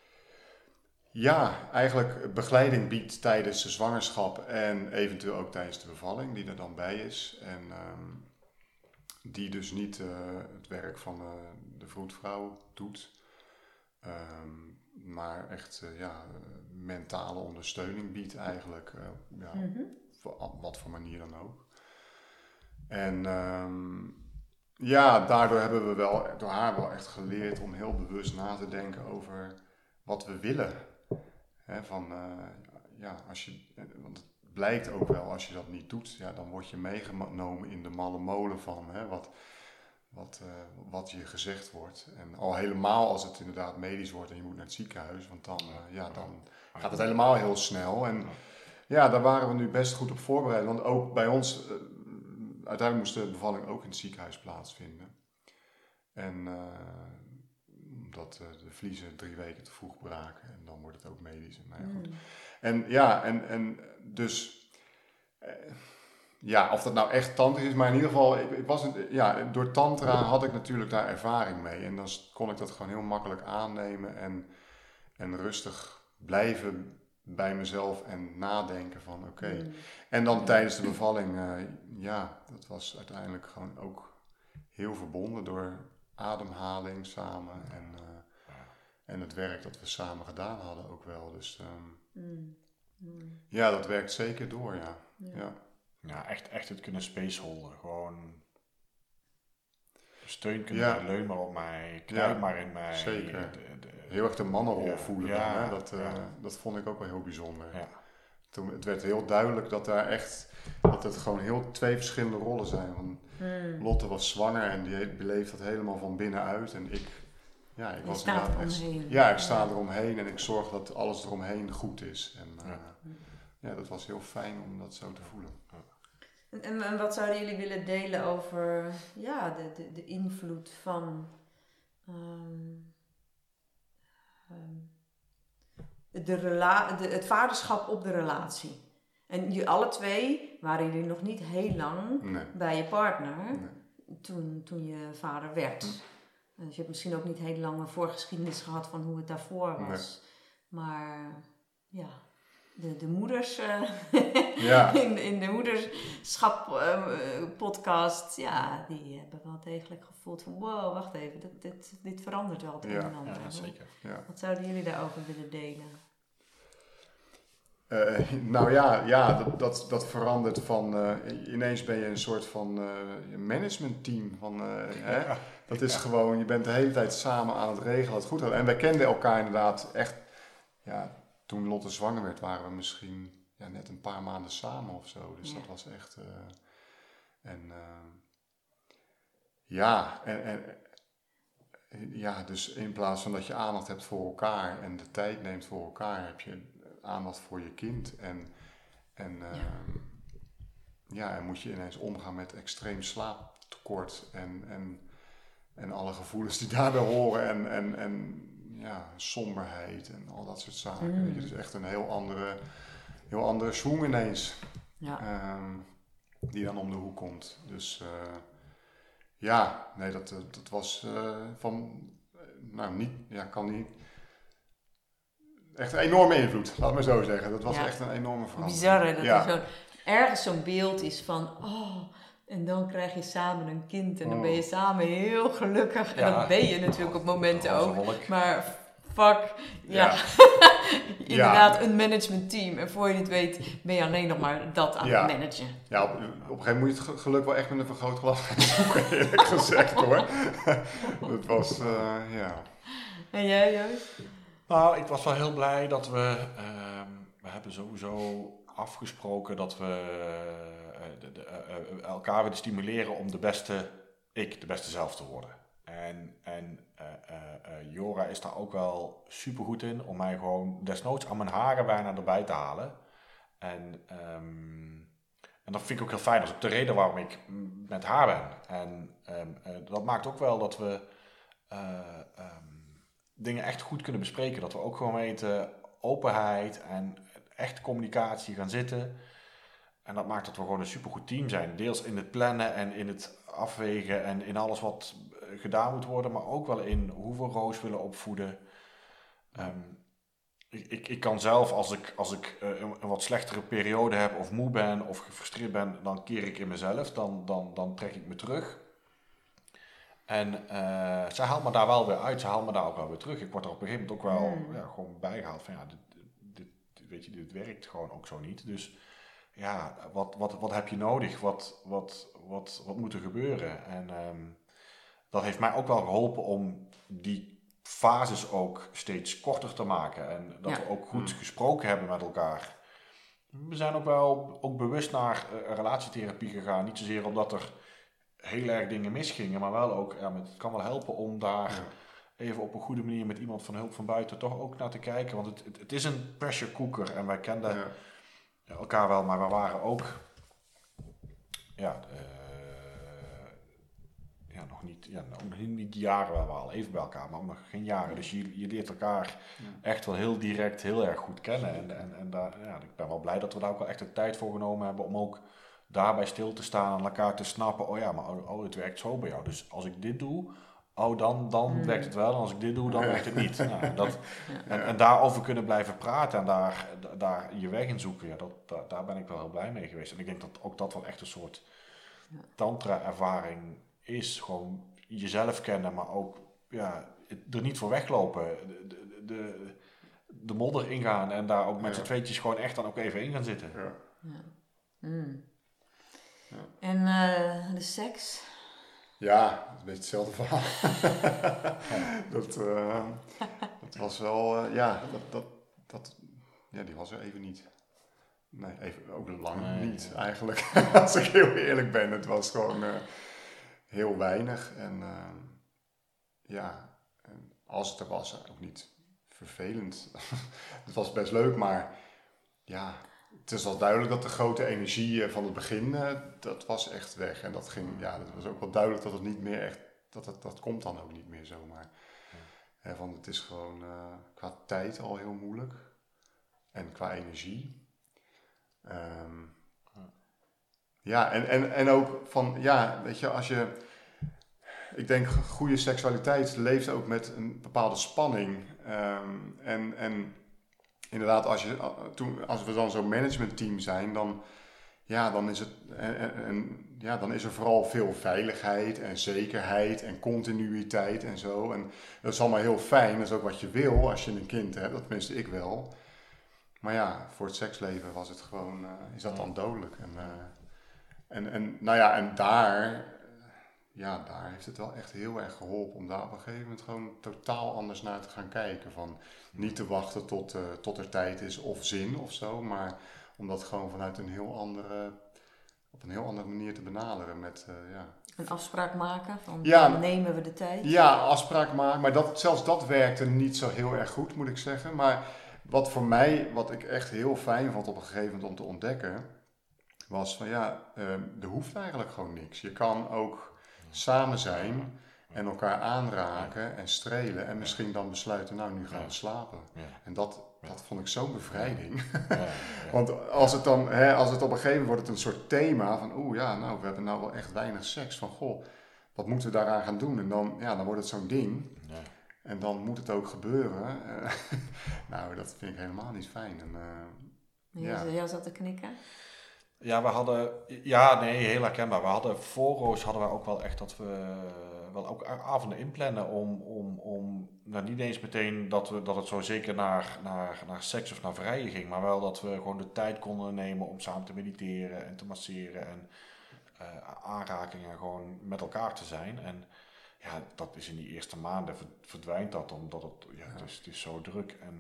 ja, eigenlijk begeleiding biedt tijdens de zwangerschap en eventueel ook tijdens de bevalling, die er dan bij is. En um, die dus niet uh, het werk van uh, de vroedvrouw doet, um, maar echt uh, ja, mentale ondersteuning biedt eigenlijk. Uh, ja, mm-hmm. op wat voor manier dan ook. En um, ja, daardoor hebben we wel, door haar wel echt geleerd om heel bewust na te denken over wat we willen. He, van, uh, ja, als je, want het blijkt ook wel, als je dat niet doet, ja, dan word je meegenomen in de malle molen van hè, wat, wat, uh, wat je gezegd wordt. En al helemaal als het inderdaad medisch wordt en je moet naar het ziekenhuis, want dan, uh, ja, dan gaat het helemaal heel snel. En ja, daar waren we nu best goed op voorbereid, want ook bij ons, uh, uiteindelijk moest de bevalling ook in het ziekenhuis plaatsvinden. En uh, omdat uh, de vliezen drie weken te vroeg braken en dan wordt het ook medisch. Nou ja, goed. Mm. En ja, en, en dus, uh, ja, of dat nou echt tantra is, maar in ieder geval, ik, ik was een, ja, door tantra had ik natuurlijk daar ervaring mee. En dan kon ik dat gewoon heel makkelijk aannemen en, en rustig blijven bij mezelf en nadenken van oké. Okay. Mm. En dan tijdens de bevalling, uh, ja, dat was uiteindelijk gewoon ook heel verbonden door ademhaling samen en, uh, en het werk dat we samen gedaan hadden ook wel. Dus um, mm. Mm. ja, dat werkt zeker door, ja. Ja, ja. ja echt, echt het kunnen spaceholden. Gewoon steun kunnen, ja. Leun maar op mij, knijp ja, maar in mij. Zeker. De, de, heel erg de mannenrol ja, voelen ja, dan, hè? Dat, uh, ja. dat vond ik ook wel heel bijzonder. Ja. Toen, het werd heel duidelijk dat daar echt, dat het gewoon heel twee verschillende rollen zijn. Want hmm. Lotte was zwanger en die beleefde dat helemaal van binnenuit en ik, ja, ik je was staat eromheen. Ja, ik sta ja. eromheen en ik zorg dat alles eromheen goed is. En uh, ja. ja, dat was heel fijn om dat zo te voelen. Ja. En, en, en wat zouden jullie willen delen over ja, de, de, de invloed van um, um, de rela- de, het vaderschap op de relatie? En jullie alle twee waren jullie nog niet heel lang nee. bij je partner nee. toen, toen je vader werd. Hm. Dus je hebt misschien ook niet heel lange voorgeschiedenis gehad van hoe het daarvoor was. Nee. Maar ja... De, de moeders, uh, ja. in, in de moederschap uh, podcast, ja, die hebben wel degelijk gevoeld van wow, wacht even, dit, dit, dit verandert wel het ja. een en ander. Ja, zeker. Ja. Wat zouden jullie daarover willen delen? Uh, nou ja, ja dat, dat, dat verandert van, uh, ineens ben je een soort van uh, managementteam. Van, uh, hè? Ja. Dat is ja. gewoon, je bent de hele tijd samen aan het regelen, het goed houden. En wij kenden elkaar inderdaad echt, ja... Toen Lotte zwanger werd, waren we misschien ja, net een paar maanden samen of zo. Dus ja. dat was echt... Uh, en uh, ja, en, en, ja, dus in plaats van dat je aandacht hebt voor elkaar en de tijd neemt voor elkaar, heb je aandacht voor je kind. En, en, uh, ja. ja, en moet je ineens omgaan met extreem slaaptekort en, en, en alle gevoelens die daarbij horen en... en, en ja, somberheid en al dat soort zaken. Mm. Weet je, dus echt een heel andere, heel andere schwung ineens. Ja. Um, die dan om de hoek komt. Dus uh, ja, nee, dat, dat was uh, van, nou niet, ja, kan niet. Echt een enorme invloed, laat maar zo zeggen. Dat was ja. echt een enorme verandering. Bizarre, dat ja. er zo, ergens zo'n beeld is van, oh... En dan krijg je samen een kind en dan ben je samen heel gelukkig. En ja. dat ben je natuurlijk op momenten ook. Maar fuck, ja. ja. Inderdaad, ja. een managementteam. En voor je het weet ben je alleen nog maar dat aan ja. het managen. Ja, op, op een gegeven moment moet je het geluk wel echt met een vergrootglas gaan zoeken, eerlijk gezegd hoor. Dat was, uh, ja. En jij, Joost? Nou, ik was wel heel blij dat we, uh, we hebben sowieso afgesproken dat we... De, de, uh, elkaar willen stimuleren om de beste ik, de beste zelf te worden. En En, en uh, uh, uh, Jora is daar ook wel super goed in om mij gewoon desnoods aan mijn haren bijna erbij te halen. En, um, en dat vind ik ook heel fijn. Dat is ook de reden waarom ik met haar ben. En um, uh, dat maakt ook wel dat we uh, um, dingen echt goed kunnen bespreken. Dat we ook gewoon weten openheid en echt communicatie gaan zitten. En dat maakt dat we gewoon een supergoed team zijn. Deels in het plannen en in het afwegen en in alles wat gedaan moet worden. Maar ook wel in hoe we Roos willen opvoeden. Um, ik, ik, ik kan zelf, als ik, als ik uh, een, een wat slechtere periode heb of moe ben of gefrustreerd ben, dan keer ik in mezelf. Dan, dan, dan trek ik me terug. En uh, zij haalt me daar wel weer uit. Ze haalt me daar ook wel weer terug. Ik word er op een gegeven moment ook wel mm. ja, gewoon bijgehaald van ja, dit, dit, dit, weet je, dit werkt gewoon ook zo niet. Dus ja, wat, wat, wat heb je nodig? Wat, wat, wat, wat moet er gebeuren? En um, dat heeft mij ook wel geholpen om die fases ook steeds korter te maken. En dat ja. we ook goed gesproken hebben met elkaar. We zijn ook wel ook bewust naar uh, relatietherapie gegaan. Niet zozeer omdat er heel erg dingen misgingen, maar wel ook, ja, het kan wel helpen om daar ja. even op een goede manier met iemand van hulp van buiten toch ook naar te kijken. Want het, het, het is een pressure cooker en wij kenden ja. Ja, elkaar wel, maar we waren ook ja, uh, ja, nog niet, ja, nog niet jaren, we waren al even bij elkaar, maar nog geen jaren. Dus je, je leert elkaar ja. echt wel heel direct heel erg goed kennen. En, en, en daar, ja, ik ben wel blij dat we daar ook wel echt de tijd voor genomen hebben om ook daarbij stil te staan en elkaar te snappen. Oh ja, maar oh, oh, het werkt zo bij jou. Dus als ik dit doe, oh dan, dan mm. werkt het wel. En als ik dit doe, dan ja. werkt het niet. Nou, dat, ja. en, en daarover kunnen blijven praten en daar, daar je weg in zoeken. Ja, dat, daar, daar ben ik wel heel blij mee geweest. En ik denk dat ook dat wel echt een soort ja. tantra-ervaring is. Gewoon jezelf kennen, maar ook ja, er niet voor weglopen. De, de, de, de modder ingaan en daar ook met ja. z'n tweetjes gewoon echt dan ook even in gaan zitten. Ja. Ja. Mm. Ja. En uh, de seks? Ja, dat is een beetje hetzelfde verhaal. dat, uh, dat was wel, uh, ja, dat, dat, dat, ja, die was er even niet. Nee, even, ook lang nee, niet ja. eigenlijk, als ik heel eerlijk ben. Het was gewoon uh, heel weinig en uh, ja, en als het er was, ook niet vervelend. Het was best leuk, maar ja... Het is wel duidelijk dat de grote energie van het begin, uh, dat was echt weg. En dat ging, ja, dat was ook wel duidelijk dat het niet meer echt, dat het, dat komt dan ook niet meer zomaar. Ja. He, want het is gewoon uh, qua tijd al heel moeilijk. En qua energie. Um, ja, ja en, en, en ook van, ja, weet je, als je, ik denk goede seksualiteit leeft ook met een bepaalde spanning. Um, en, en inderdaad, als, je, toen, als we dan zo'n managementteam zijn, dan, ja, dan, is het, en, en, ja, dan is er vooral veel veiligheid en zekerheid en continuïteit en zo. En dat is allemaal heel fijn, dat is ook wat je wil als je een kind hebt, dat tenminste ik wel. Maar ja, voor het seksleven was het gewoon, uh, is dat dan dodelijk. En, uh, en, en, nou ja, en daar, ja, daar heeft het wel echt heel erg geholpen om daar op een gegeven moment gewoon totaal anders naar te gaan kijken. Van niet te wachten tot, uh, tot er tijd is of zin of zo, maar om dat gewoon vanuit een heel andere, op een heel andere manier te benaderen. Met, uh, ja. Een afspraak maken, van ja, dan nemen we de tijd. Ja, afspraak maken, maar dat, zelfs dat werkte niet zo heel erg goed, moet ik zeggen. Maar wat voor mij, wat ik echt heel fijn vond op een gegeven moment om te ontdekken, was van ja, uh, er hoeft eigenlijk gewoon niks. Je kan ook samen zijn en elkaar aanraken en strelen en misschien dan besluiten, nou nu gaan we slapen. En dat, dat vond ik zo'n bevrijding. Ja, ja. Want als het dan, hè, als het op een gegeven moment wordt het een soort thema van oeh ja, nou we hebben nou wel echt weinig seks, van goh, wat moeten we daaraan gaan doen? En dan, ja, dan wordt het zo'n ding. Ja. En dan moet het ook gebeuren. Nou, dat vind ik helemaal niet fijn. En, uh, ja. Jij zat te knikken? Ja, we hadden, ja, nee, heel herkenbaar. We hadden voor Roos hadden we ook wel echt dat we wel ook avonden inplannen om, om, om nou, niet eens meteen dat, we, dat het zo zeker naar, naar, naar seks of naar vrijen ging, maar wel dat we gewoon de tijd konden nemen om samen te mediteren en te masseren en uh, aanrakingen gewoon met elkaar te zijn. En ja, dat is in die eerste maanden verdwijnt dat omdat het, ja, het is, het is zo druk en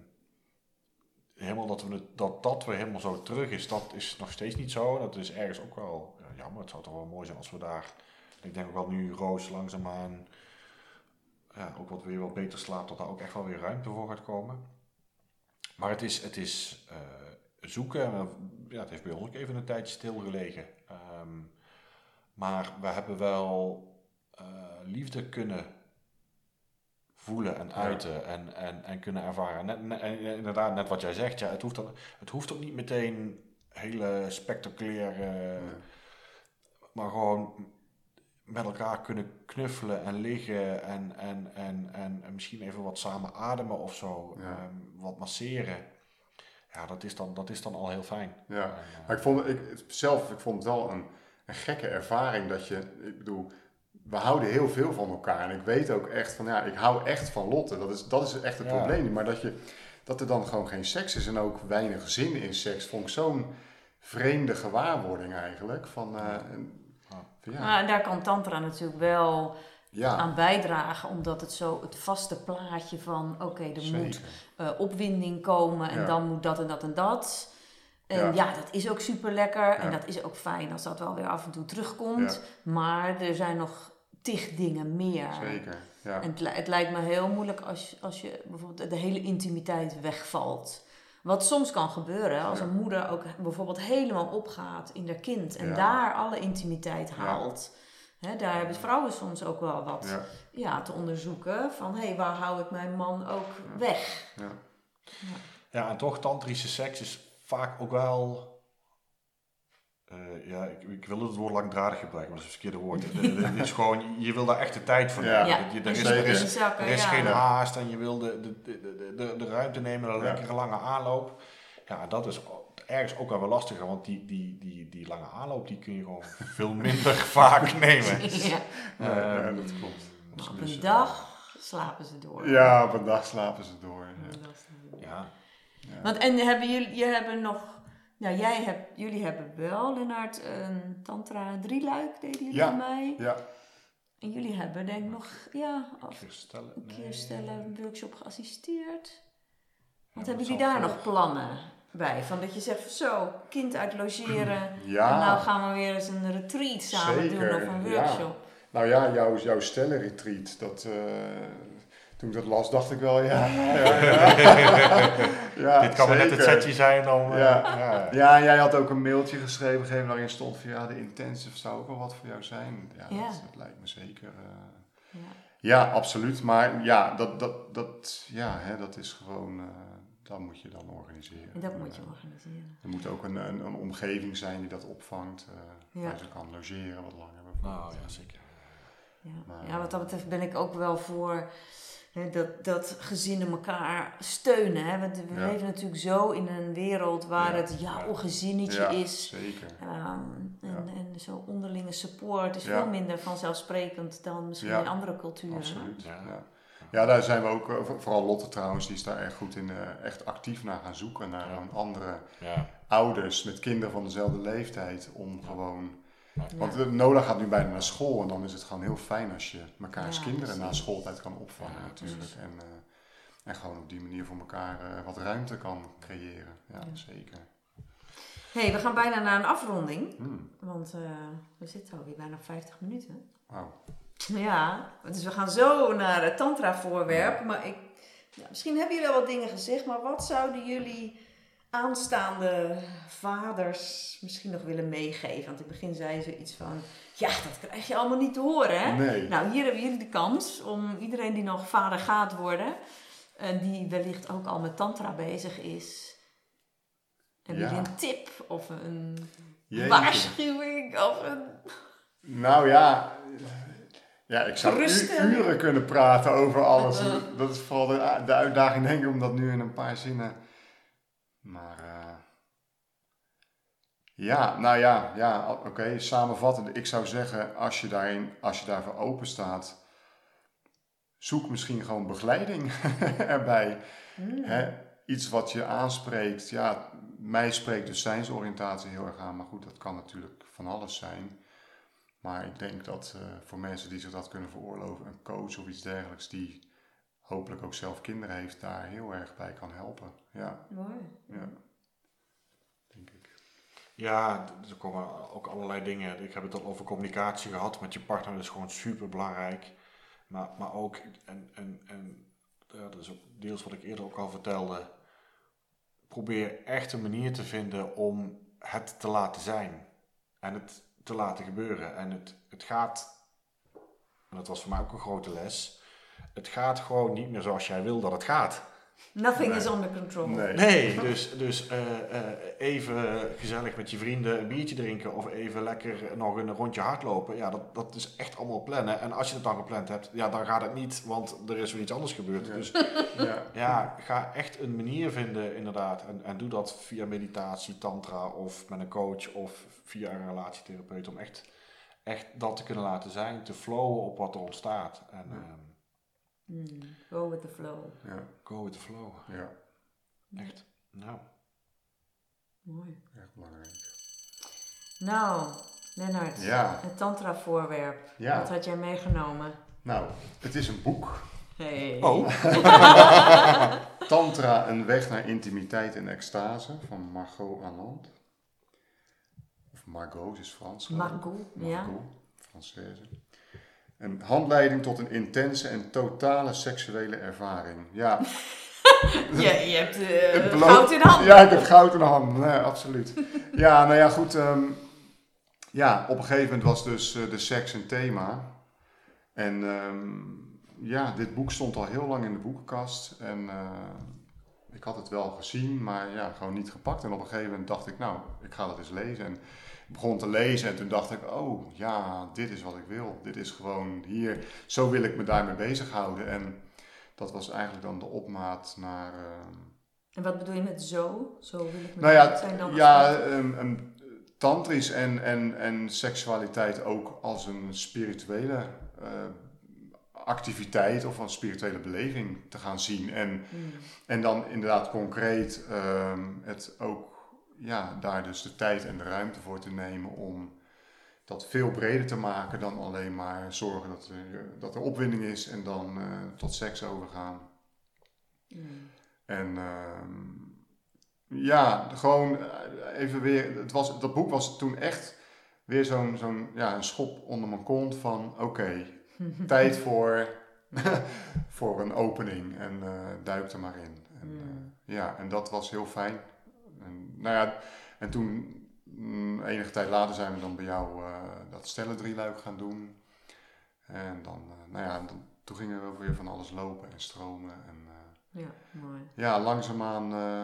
helemaal dat, we het, dat dat weer helemaal zo terug is, dat is nog steeds niet zo. Dat is ergens ook wel ja, jammer. Het zou toch wel mooi zijn als we daar, ik denk ook wel nu Roos langzaamaan ja, ook wat weer wat beter slaapt, dat daar ook echt wel weer ruimte voor gaat komen. Maar het is, het is uh, zoeken. Ja, het heeft bij ons ook even een tijdje stilgelegen. Um, maar we hebben wel uh, liefde kunnen voelen en uiten ja. en, en, en kunnen ervaren. Net, net, en inderdaad, net wat jij zegt, ja, het, hoeft dan, het hoeft ook niet meteen hele spectaculaire, ja. maar gewoon met elkaar kunnen knuffelen en liggen en, en, en, en, en misschien even wat samen ademen of zo, ja. um, wat masseren. Ja, dat is dan, dat is dan al heel fijn. Ja, uh, maar ik vond, ik, zelf, ik vond het wel een, een gekke ervaring dat je, ik bedoel, we houden heel veel van elkaar en ik weet ook echt van, ja, ik hou echt van Lotte, dat is, dat is echt het ja. probleem. Maar dat, je, dat er dan gewoon geen seks is en ook weinig zin in seks, vond ik zo'n vreemde gewaarwording eigenlijk. Van, uh, van, ja. Maar daar kan tantra natuurlijk wel ja. aan bijdragen, omdat het zo het vaste plaatje van, oké, okay, er Zeker. moet uh, opwinding komen en ja. dan moet dat en dat en dat. En ja. ja, dat is ook super lekker ja. en dat is ook fijn als dat wel weer af en toe terugkomt. Ja. Maar er zijn nog tig dingen meer. Zeker, ja. En het, het lijkt me heel moeilijk als, als je bijvoorbeeld de hele intimiteit wegvalt. Wat soms kan gebeuren als ja. een moeder ook bijvoorbeeld helemaal opgaat in haar kind en ja. daar alle intimiteit haalt. Ja. He, daar hebben vrouwen soms ook wel wat ja. Ja, te onderzoeken van hé, hey, waar hou ik mijn man ook ja. weg? Ja. Ja. ja, en toch tantrische seks is vaak ook wel, uh, ja, ik, ik wil het woord langdradig gebruiken, maar dat is het verkeerde woord. Het is gewoon, je wil daar echt de tijd voor nemen. Ja. Je, er is, er is, er is ja. geen haast en je wil de, de, de, de, de ruimte nemen, een ja. lekkere lange aanloop. Ja, dat is ergens ook wel wel lastiger, want die, die, die, die lange aanloop die kun je gewoon veel minder vaak nemen. Ja, ja, ja dat klopt. Maar op een dag slapen ze door. Ja, op een dag slapen ze door. Ja. Ja. Ja. Want en hebben jullie, je hebben nog, nou jij hebt, jullie hebben wel, Lennart, een tantra drieluik deden jullie ja. bij mij. Ja. En jullie hebben denk ik nog, ja, een keer stellen, een keer nee. stellen, een workshop geassisteerd. Wat ja, hebben jullie daar nog plannen bij? Van dat je zegt, zo, kind uit logeren. Ja. En nou gaan we weer eens een retreat samen Zeker. doen of een workshop. Ja. Nou ja, jouw, jouw stellenretreat, dat... Uh, Toen ik dat las, dacht ik wel, ja. ja, ja. ja Dit kan maar net het setje zijn om... Uh, ja. Ja. ja, en jij had ook een mailtje geschreven, gegeven waarin stond van ja, de intensive zou ook wel wat voor jou zijn. Ja, ja. Dat, dat lijkt me zeker. Uh, ja. ja, absoluut. Maar ja, dat, dat, dat, ja, hè, dat is gewoon, uh, dat moet je dan organiseren. En dat moet je organiseren. Er moet ook een, een, een omgeving zijn die dat opvangt, uh, ja. waar ze kan logeren wat langer. Nou ja, zeker. Ja. Maar, ja, wat dat betreft ben ik ook wel voor... He, dat, dat gezinnen elkaar steunen. Hè? Want we ja. leven natuurlijk zo in een wereld waar ja. het jouw ja. gezinnetje ja, is. Zeker. Um, en, ja. en zo onderlinge support is ja. veel minder vanzelfsprekend dan misschien ja. in andere culturen. Absoluut. Ja. Ja. ja, daar zijn we ook, vooral Lotte trouwens, die is daar echt goed in, uh, echt actief naar gaan zoeken. Naar ja. andere ja. ouders met kinderen van dezelfde leeftijd. Om ja. gewoon... Ja. Want Nola gaat nu bijna naar school en dan is het gewoon heel fijn als je mekaars ja, kinderen na schooltijd kan opvangen ja, natuurlijk. En, uh, en gewoon op die manier voor elkaar uh, wat ruimte kan creëren. Ja, ja. zeker. Hey, we gaan bijna naar een afronding. Hmm. Want uh, we zitten alweer bijna op vijftig minuten. Wauw. Ja, dus we gaan zo naar het tantra voorwerp. Ja. Maar ik, ja, misschien hebben jullie al wat dingen gezegd, maar wat zouden jullie... aanstaande vaders misschien nog willen meegeven. Want in het begin zei ze iets van... Ja, dat krijg je allemaal niet te horen, hè? Nee. Nou, hier hebben jullie de kans om iedereen die nog vader gaat worden... en die wellicht ook al met tantra bezig is... Heb ja. je een tip of een Jeetje. waarschuwing of een... Nou ja... Ja, ik zou u, uren kunnen praten over alles. Uh. Dat is vooral de, de uitdaging, denk ik, om dat nu in een paar zinnen... Maar uh, ja, nou ja, ja oké, okay, samenvattend. Ik zou zeggen, als je, daarin, als je daarvoor open staat, zoek misschien gewoon begeleiding erbij. Mm. Hè? Iets wat je aanspreekt. Ja, mij spreekt dus zijnsoriëntatie heel erg aan. Maar goed, dat kan natuurlijk van alles zijn. Maar ik denk dat uh, voor mensen die zich dat kunnen veroorloven, een coach of iets dergelijks die... hopelijk ook zelf kinderen heeft, daar heel erg bij kan helpen. Ja. Mooi. Ja. Denk ik. Ja, er komen ook allerlei dingen. Ik heb het al over communicatie gehad met je partner. Dat is gewoon super belangrijk. Maar, maar ook, en, en, en ja, dat is ook deels wat ik eerder ook al vertelde, probeer echt een manier te vinden om het te laten zijn. En het te laten gebeuren. En het, het gaat, en dat was voor mij ook een grote les, het gaat gewoon niet meer zoals jij wil dat het gaat. Nothing Nee. is under control. Nee. Nee, dus, dus uh, uh, even gezellig met je vrienden een biertje drinken of even lekker nog een rondje hardlopen. Ja, dat, dat is echt allemaal plannen. En als je het dan gepland hebt, ja, dan gaat het niet, want er is weer iets anders gebeurd. Ja. Dus Ja. ja, ga echt een manier vinden inderdaad. En, en doe dat via meditatie, tantra of met een coach of via een relatietherapeut. Om echt, echt dat te kunnen laten zijn, te flowen op wat er ontstaat. En, Ja. um, Mm, go with the flow. Ja. go with the flow. Ja. Echt. Nou. Mooi. Echt belangrijk. Nou, Lennart, Ja. het tantra voorwerp. Ja. Wat had jij meegenomen? Nou, het is een boek. Hey. Oh. Tantra, een weg naar intimiteit en extase van Margot Anand. Of Margot, is Frans. Margot, ja. Margot, Française. Een handleiding tot een intense en totale seksuele ervaring. Ja. je, je hebt uh, Het belooft- goud in de hand. Ja, ik heb goud in de hand. Nee, absoluut. Ja, nou ja, goed. Um, ja, op een gegeven moment was dus uh, de seks een thema. En um, ja, dit boek stond al heel lang in de boekenkast. En uh, ik had het wel gezien, maar ja, gewoon niet gepakt. En op een gegeven moment dacht ik, nou, ik ga dat eens lezen. En ik begon te lezen en toen dacht ik, oh ja, dit is wat ik wil. Dit is gewoon hier, zo wil ik me daarmee bezighouden. En dat was eigenlijk dan de opmaat naar... Uh, En wat bedoel je met zo? Zo wil ik met nou ja, wat zijn dan ja aspecten? um, um, tantrisch en, en, en seksualiteit ook als een spirituele uh, activiteit of een spirituele beleving te gaan zien. En, Mm. en dan inderdaad concreet um, het ook, ja, daar dus de tijd en de ruimte voor te nemen om dat veel breder te maken dan alleen maar zorgen dat er, dat er opwinding is en dan uh, tot seks overgaan. Mm. En um, ja, gewoon even weer, het was, dat boek was toen echt weer zo'n, zo'n ja, een schop onder mijn kont van oké, okay, tijd voor, voor een opening en uh, duik er maar in. En, uh, ja, en dat was heel fijn. En, nou ja, en toen, mm, enige tijd later zijn we dan bij jou uh, dat stellendrieluik gaan doen. En dan, uh, nou ja, dan, toen gingen we ook weer van alles lopen en stromen. En, uh, ja, mooi. Ja, langzaamaan uh,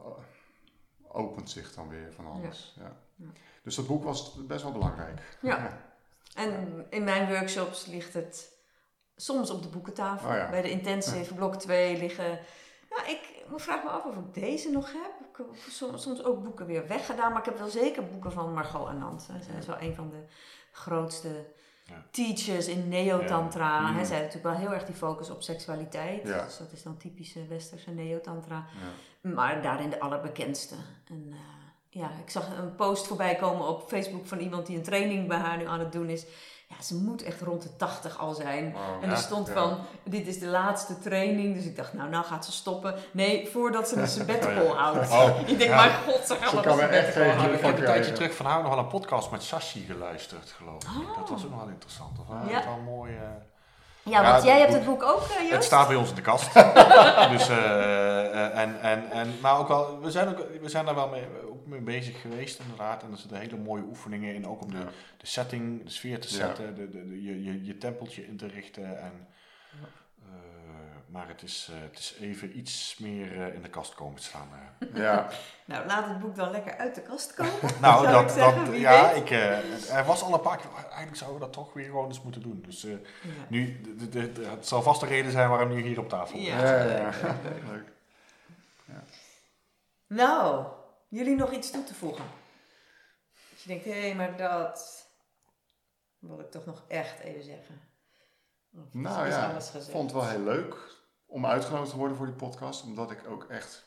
opent zich dan weer van alles. Ja. Ja. Ja. Dus dat boek was best wel belangrijk. Ja. Ja. En in mijn workshops ligt het soms op de boekentafel. Oh ja. Bij de intensive blok twee liggen... Ja, ik vraag me af of ik deze nog heb. Ik heb soms, soms ook boeken weer weggedaan. Maar ik heb wel zeker boeken van Margot Anand. Zij is wel een van de grootste ja. teachers in neotantra. Ja. Mm. Hij zei natuurlijk wel heel erg die focus op seksualiteit. Ja. Dus dat is dan typische westerse neotantra. Ja. Maar daarin de allerbekendste. En uh, ja, ik zag een post voorbij komen op Facebook van iemand die een training bij haar nu aan het doen is. Ja, ze moet echt rond de tachtig al zijn. Wow, en er ja, stond ja. van, dit is de laatste training. Dus ik dacht, nou, nou gaat ze stoppen. Nee, voordat ze een sabbatical oh, ja. houdt. Oh, ik denk, ja. maar god, ze gaat wel een sabbatical houden. Ik heb een tijdje terug van haar nog wel een podcast met Sashi geluisterd, geloof ik. Oh. Dat was ook nog wel interessant. Of wel, ja. wel mooi... Uh... Ja, want ja, jij hebt het boek ook, uh, Joost? Het staat bij ons in de kast. dus, uh, uh, en, en, en, maar ook wel, we zijn, ook, we zijn daar wel mee, ook mee bezig geweest inderdaad. En er zitten hele mooie oefeningen in, ook om de, ja. de setting, de sfeer te zetten, ja. de, de, de, je, je, je tempeltje in te richten. En, uh, maar het is, uh, het is even iets meer uh, in de kast komen te staan. Uh. Ja. Nou, laat het boek dan lekker uit de kast komen. nou, dat, ik zeggen, dat ja, ik, uh, er was al een paar keer, eigenlijk zouden we dat toch weer gewoon eens moeten doen. Dus uh, ja. nu, de, de, de, het zal vast de reden zijn waarom nu hier op tafel is. Ja, ja, ja, ja. Leuk. Ja. Nou, jullie nog iets toe te voegen? Als je denkt, hé, hey, maar dat wil ik toch nog echt even zeggen. Of nou ja, ik vond het wel heel leuk om uitgenodigd te worden voor die podcast, omdat ik ook echt,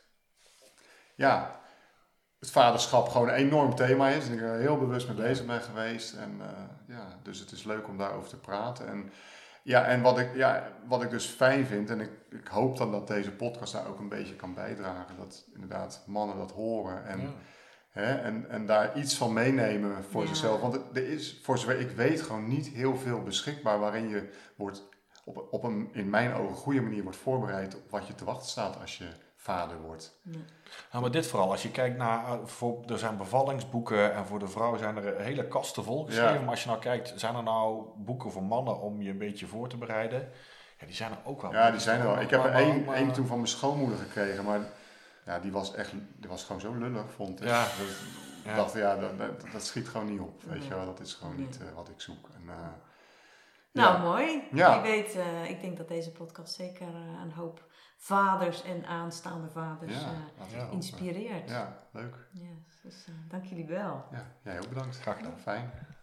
ja, het vaderschap gewoon een enorm thema is. En ik er heel bewust mee bezig ben geweest. En uh, ja, dus het is leuk om daarover te praten. En ja, en wat ik, ja, wat ik dus fijn vind, en ik, ik hoop dan dat deze podcast daar ook een beetje kan bijdragen, dat inderdaad mannen dat horen en, ja. hè, en, en daar iets van meenemen voor ja. zichzelf. Want er is, voor zover ik weet, gewoon niet heel veel beschikbaar waarin je wordt op, op een in mijn ogen goede manier wordt voorbereid op wat je te wachten staat als je vader wordt. Ja. Nou, maar dit vooral, als je kijkt naar, voor, er zijn bevallingsboeken en voor de vrouw zijn er hele kasten vol geschreven. Ja. Maar als je nou kijkt, zijn er nou boeken voor mannen om je een beetje voor te bereiden? Ja, die zijn er ook wel. Ja, die zijn er wel. Ik heb er Maar- één, maar- één toen van mijn schoonmoeder gekregen, maar ja, die was echt, die was gewoon zo lullig, vond ik. Ja. Dus Ja. ik dacht, ja, dat, dat, dat schiet gewoon niet op, weet Nee. je wel. Dat is gewoon Nee. niet uh, wat ik zoek. En, uh, Nou, ja. mooi. Ja. Wie weet, uh, ik denk dat deze podcast zeker uh, een hoop vaders en aanstaande vaders Ja, uh, laten we ja, hopen. inspireert. Ja, leuk. Yes, dus uh, dank jullie wel. Ja, jij ook bedankt. Graag gedaan. Fijn.